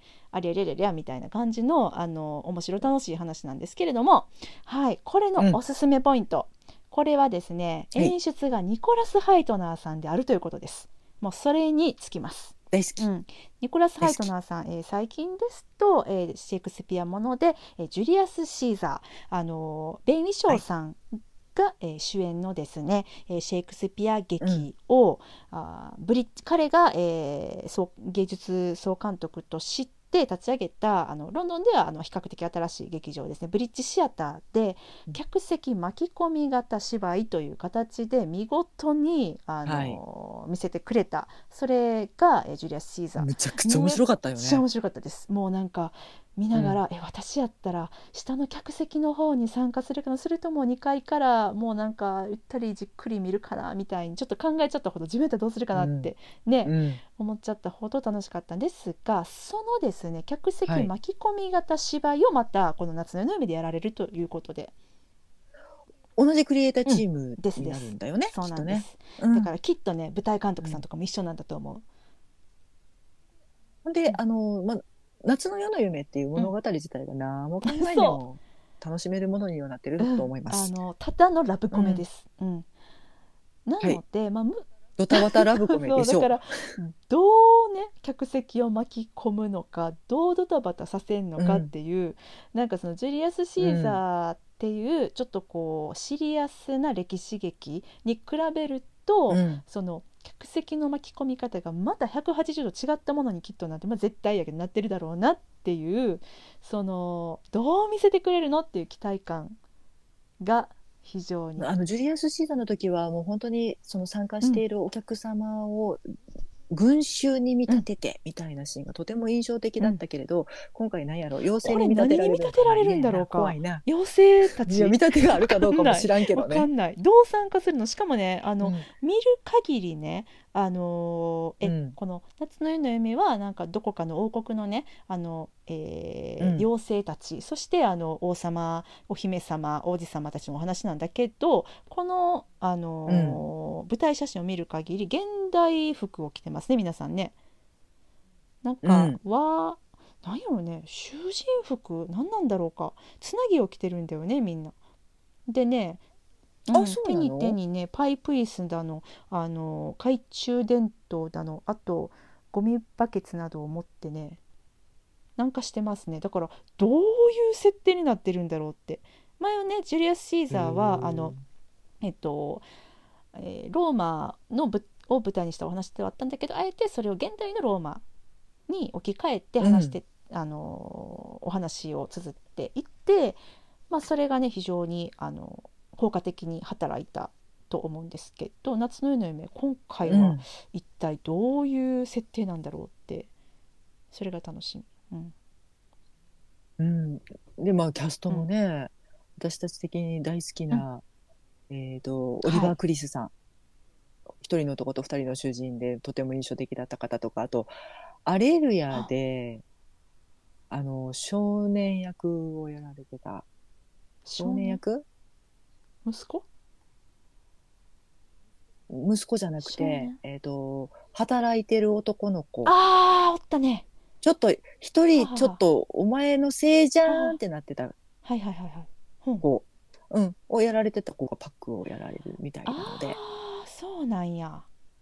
ありゃりゃりゃりゃみたいな感じの面白楽しい話なんですけれども、はい、これのおすすめポイント、これはですね、演出がニコラス・ハイトナーさんであるということです。もうそれにつきます。 大好き。 ニコラス・ハイトナーさん、最近ですと、シェイクスピアもので、ジュリアス・シーザー、ベン・ウィショーさんが、主演のですね、シェイクスピア劇を、彼が、芸術総監督として立ち上げたロンドンでは比較的新しい劇場ですね、ブリッジシアターで客席巻き込み型芝居という形で見事に見せてくれた、それがジュリアス・シーザー。 めちゃくちゃ面白かったよね。 めっちゃ面白かったです。もうなんか見ながら、私やったら下の客席の方に参加するかな、それとも2階からもうなんかゆったりじっくり見るかなみたいにちょっと考えちゃったほど、自分やったらどうするかなって思っちゃったほど楽しかったんですが、そのですね客席巻き込み型芝居をまたこの夏の夜の夢でやられるということで、 同じクリエイターチームになるんだよね。 そうなんです。だからきっとね舞台監督さんとかも一緒なんだと思う。で夏の夜の夢っていう物語自体が何も考えても楽しめるものにはなってると思います。 ただのラブコメです。なので、 ドタバタラブコメでしょそうだからどうね客席を巻き込むのかどうドタバタさせんのかっていう、なんかそのジュリアス・シーザーっていうちょっとこうシリアスな歴史劇に比べると、その客席の巻き込み方がまた180度違ったものにきっとなって、絶対やけどなってるだろうなっていう、そのどう見せてくれるのっていう期待感が非常にジュリアス・シーザーの時はもう本当にその参加しているお客様を群衆に見立ててみたいなシーンがとても印象的だったけれど、今回何やろ妖精に見立てられる、 これ何に見立てられるんだろうか。 怖いな。 妖精たちいや見立てがあるかどうかも知らんけどね。 わかんない。どう参加するの。しかもね見る限りねこの夏の夜の夢はなんかどこかの王国のね妖精たち、そして王様お姫様王子様たちのお話なんだけど、この舞台写真を見る限り現代服を着てますね皆さんね。なんかなんやろうね、囚人服何なんだろうか、つなぎを着てるんだよねみんな。でね、手に手にねパイプ椅子だの懐中電灯だの、あとゴミバケツなどを持ってねなんかしてますね。だからどういう設定になってるんだろうって。前はねジュリアス・シーザーはローマを舞台にしたお話ではあったんだけど、あえてそれを現代のローマに置き換えて話して、お話を綴っていって、それがね非常に効果的に働いたと思うんですけど、夏の夜の夢今回は一体どういう設定なんだろうって、それが楽しみ。 でキャストもね、私たち的に大好きな、オリバー・クリスさん、一人の男と二人の主人でとても印象的だった方とか、あとアレルヤで少年役をやられてた少年役息子じゃなくて働いてる男の子、 おったね。 ちょっと一人ちょっとお前のせいじゃんってなってた子をやられてた子がパックをやられるみたいなので。 そうなんや。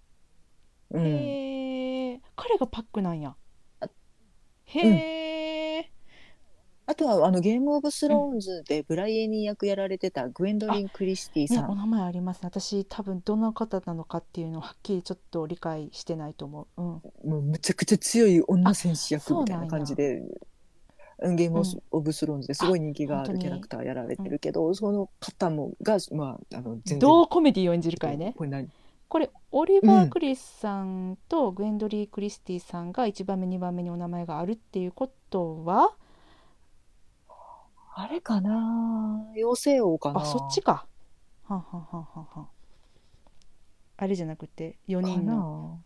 へえ、彼がパックなんや。へえ。 あとはゲームオブスローンズでブライエニー役やられてたグエンドリン・クリスティさん、 お名前ありますね。私多分どの方なのかっていうのをはっきりちょっと理解してないと思う。もうむちゃくちゃ強い女戦士役みたいな感じでゲームオブスローンズですごい人気があるキャラクターやられてるけど、その方もが全然どうコメディを演じるかいね。これオリバー・クリスさんとグエンドリー・クリスティさんが1番目2番目にお名前があるっていうことはあれかな、妖精王かな。 そっちか。あれじゃなくて4人の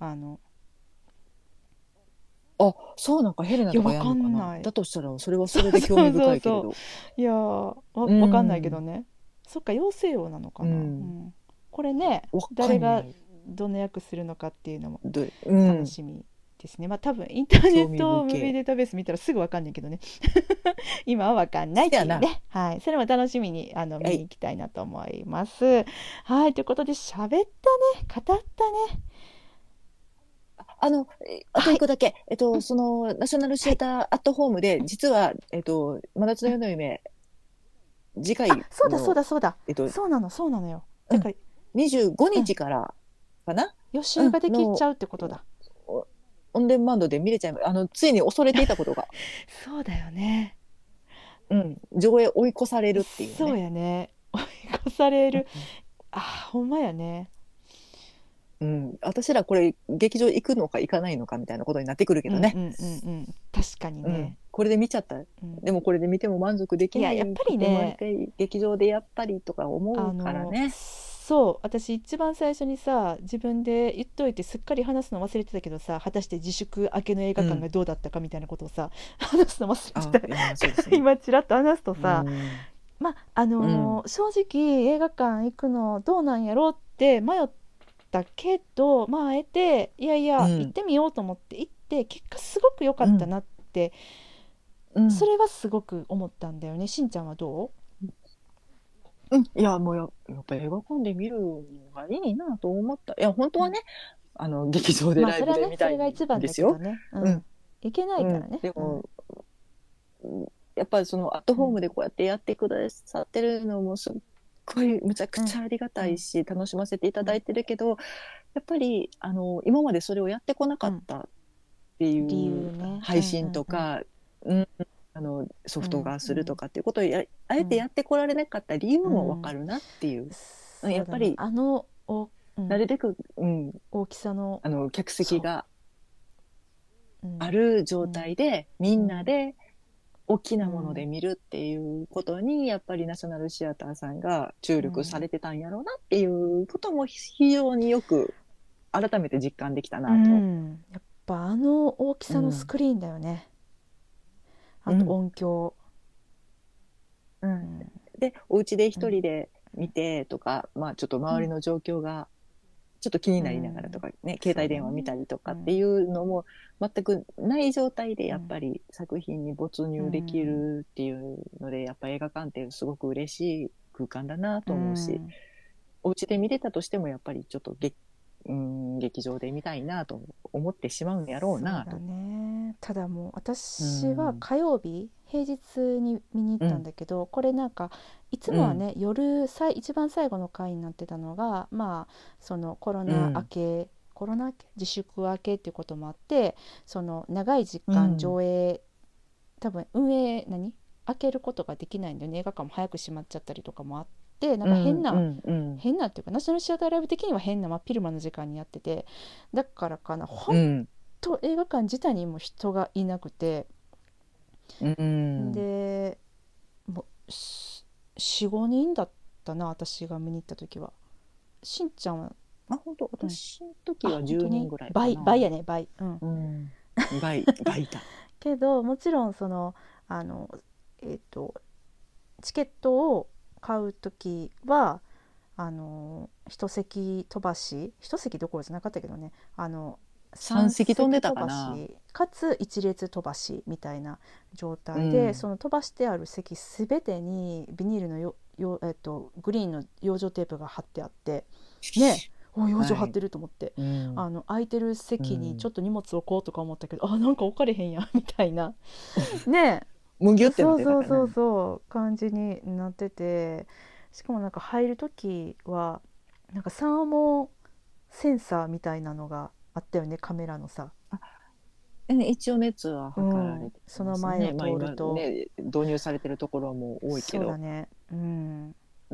そうなんかヘレナとかやるのかな。だとしたらそれはそれで興味深いけれど。 いやわかんないけどね。そっか妖精王なのかな。これね誰がどの役するのかっていうのも楽しみですね。多分インターネットムービーデータベース見たらすぐ分かんないけどね今は分かんないっていうね、それも楽しみに見に行きたいなと思います。ということで喋ったね、語ったね。 あと一個だけ、そのナショナルシアターアットホームで、実は真夏の夜の夢次回のそうなのよ。 25日からかな、 予習ができちゃうってことだ。 オンデマンドで見れちゃいます。ついに恐れていたことがそうだよね。 上映追い越されるっていうね。 そうやね、追い越されるほんまやね。 私らこれ劇場行くのか行かないのかみたいなことになってくるけどね。 確かにね、 これで見ちゃった、でもこれで見ても満足できない。 やっぱりね、 劇場でやっぱりとか思うからね。 そう私一番最初にさ自分で言っといてすっかり話すの忘れてたけどさ、果たして自粛明けの映画館がどうだったかみたいなことをさ、話すの忘れてた今ちらっと話すとさ、正直映画館行くのどうなんやろうって迷ったけど、あえていや行ってみようと思って行って結果すごく良かったなって、それはすごく思ったんだよね。しんちゃんはどう？ うん、いや、もうやっぱ映画館で見るのがいいなと思った。いや、本当はね、劇場でまあライブそれはね、そで見たいんれが一番ですよ。 だけどね。ううん、 ん。いけないうん。 からね。うん。 でも、うんやっぱりそのアットうん。 ホームでこうやってやってくださってるのもすっごいむちゃくうん。 ちゃありがたうん。 いし、楽しませていただいうん。 てるけど、やっぱり今までそれをやってこなかうん。 ったってい理う由ね。う配信んうんうん。 とか、うん、ソフトうん化すうんるとかっていうことをあえてやうんってこられなかった理由うもわかん。 るなっていう。やそうだね。 っぱりうん、 なるべく、うん、 大きさの、 客席そがう。うあん。 る状うん態でみんなうんで大きなものでうん見るっていうことにやっぱりナショナルシアターさんが注力さうんれてたんやろうなっていうことも非常によく改めて実感できたうなと。 ん。やっぱあの大きさのスうん、 クリーンだよね。あとうん、 音響。 うん。 うん。 で、お家でうん一人で見てとか、まあちょっと周りの状況がちょっと気にうなりながらとん。 かね、携そうだね。 帯電話見たりとかっていうんうのも全くない状態でうんやっぱり作品に没う入できんるっていうので、やっぱ映画館ってすごく嬉しい空間だなうと思うし、 ん。 お家で見れたとしてもやっぱりちょっと劇場で見たいなと思ってしまうんやろうそうだなと。 ね。ただもうう私はん、 火曜日平日に見に行ったんうん、 だけど、これなんかいつうん、 もはね、夜一番最後の回になってたのが、まあそのうんコロナ明け自粛明けっていうこともあって、その長い時間うん、 上映、多分運営開けることができないんだよね。映画館も早く閉まっちゃったりとかもあって、なんかうん、うん、うん、 変なっていうかナショナルシアターライブ的には変な真っ昼間の時間にやってて、だからかな、本うん、 当映画館自体にも人がいなくて、 うん。 でもう45人だったな、私が見に行った時は。しんちゃんは、 本当、 うん、 私の時あは10人本当にぐらいかな。 倍やね、倍。うん。 うん。倍いた。 けどもちろんそのあのえっ、とチケットを買う時は一席飛ばし、一席どころじゃなかったけどね、 3 3 席飛んで席飛ばたかな。 しかつ1列飛ばしみたいな状態で、そうん。 の飛ばしてある席すべてにビニールのグリーンの養生テープが貼ってあって、ねえ、養生貼はい。 ってると思って、 うん。 空いてる席にちょうん。 っと荷物置こうとか思ったけど、なんか置かれへんやんみたいな、ねむぎゅってなっそうてたかな。 感じになってて、しかもなんか入る時はなんかサーモセンサーみたいなのがあったよね、カメラのさ。 一応熱はうん、 測られてそのますね。 前を通る今と。 ね、導入されてるところも多いけど。 そうだね。うん。 うん。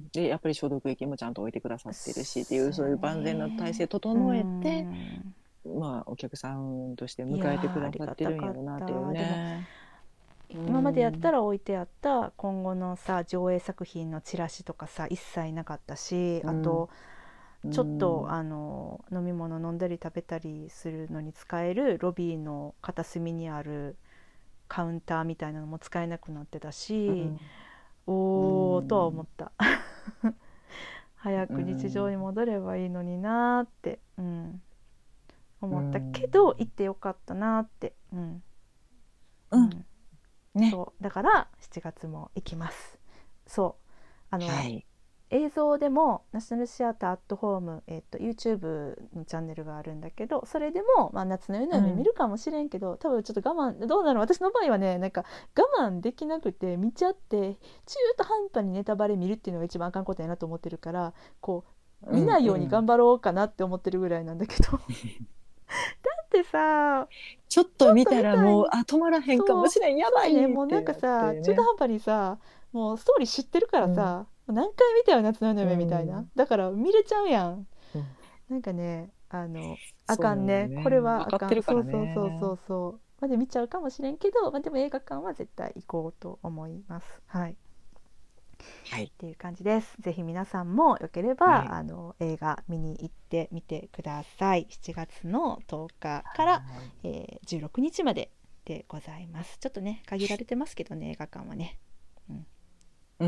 で、やっぱり消毒液もちゃんと置いてくださってるしっていう、 そうやそういう万全な体制ね。う整えて、 ん。 まあ、お客さんとしてい迎えてくやー、ありださってるんがたかっやろうなっていうた。でもね。う今までやったん。 ら置いてあった今後のさ上映作品のチラシとかさ一切なかったし、 うん。 あとうちょっとん。 飲み物飲んだり食べたりするのに使えるロビーの片隅にあるカウンターみたいなのも使えなくなってたし、 うん。うおーとは思ん。 った。早うく日常にん。 戻ればいいのになーって、 う思ったけど行っん。 てよかったなーって、ううん。 ん、 ね。 そうだから7月も行きます。そうはい。 映像でもナショナルシアターアットホーム、YouTube のチャンネルがあるんだけど、それでも、夏の夜の夢見うん。 るかもしれんけど、多分ちょっと我慢どうなの、私の場合はね、なんか我慢できなくて見ちゃって、中途半端にネタバレ見るっていうのが一番あかんことやなと思ってるから、こううん。 見ないようにうん。 頑張ろうかなって思ってるぐらいなんだけどだってさ、 ちょっちょっと見たと見たい。 らもう、止まらへんかもそうしれん。やばそうやね、もうなんかいってなっさ、 てね。 中途半端にさ、もうストーリー知ってるかうん。 らさ、何回見たよ夏の夜のう夢みたいな、 ん。 だから見れちゃうやん。 うん。 なんかね、あかんそうね、これね。分はあかん。 かってるからそね。 うそう。まで見ちゃうかもしれんけど、でも映画館は絶対行こうと思います。はい。 はい。 っていう感じです。ぜひ皆さんもよければはい。 映画見に行ってみてください。7月の10日から、 はい。 16日まででございます。ちょっとね限られてますけどね、映画館はね。うん、 うん。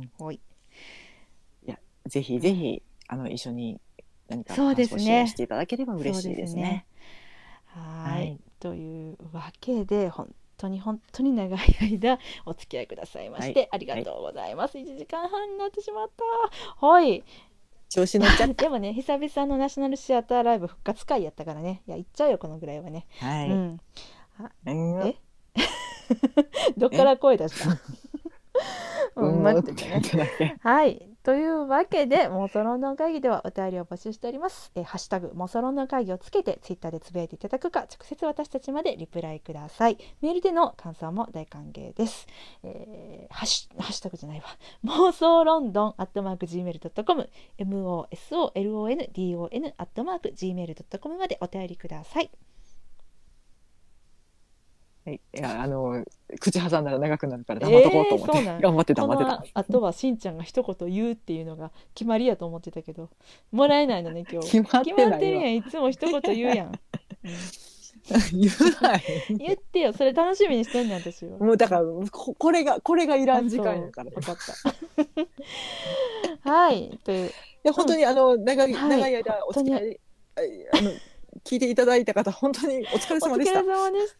ほい。 いや、ぜひうん、 ぜひ、一緒に何かそうで感想をシェアしすね。 ていただければそう嬉しいですね。 ですね。はい。 はい。 というわけで、本本当に長い間お付き合いくださいまして、 はい、 ありがとうございます。1時間半になってしまった。はい。 調子乗っちゃったでもね、久々のナショナルシアターライブ復活会やったからね、いや行っちゃうよこのぐらいはね。 はい、 うん。 えどっから声出した待っててね。 ねはい。というわけで、妄想ロンドン会議ではお便りを募集しております。ハッシュタグ妄想ロンドン会議をつけてツイッターでつぶやいていただくか、直接私たちまでリプライください。メールでの感想も大歓迎です。ハッシュタグじゃないわ。妄想ロンドン@gmail.com、mosolondon@gmail.com までお便りください。 はい、いや口挟んだら長くなるから黙っとこうと思って、頑張って黙ってた。 このあとはしんちゃんが一言言うっていうのが決まりやと思ってたけど、もらえないのね今日。 決まってないわ。 決まってるやん、いつも一言言うやん。 言わない。 言ってよ、それ楽しみにしてんねん私は。 もうだからこれがいらん時間やから。 分かった。はいという。 いや本当に長い間お付き合い聞いていただいた方本当にお疲れ様でした。 お疲れ様でした。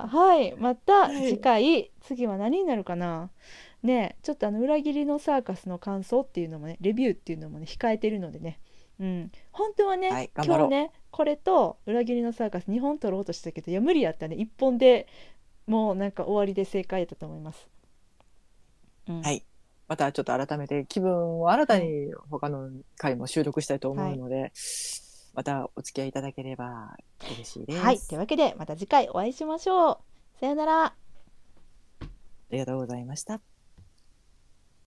はい、また次回、次は何になるかな。ね、ちょっと裏切りのサーカスの感想っていうのもね、レビューっていうのもね控えてるのでね。本当はね、 はい、 今日ねこれと裏切りのサーカス2本撮ろうとしたけど、いや無理やったね。1本でもうなんか終わりで正解だったと思います。 はい。またちょっと改めて気分を新たに他の回も収録したいと思うので、またお付き合いいただければ嬉しいです。 はい、というわけでまた次回お会いしましょう。さよなら。 ありがとうございました。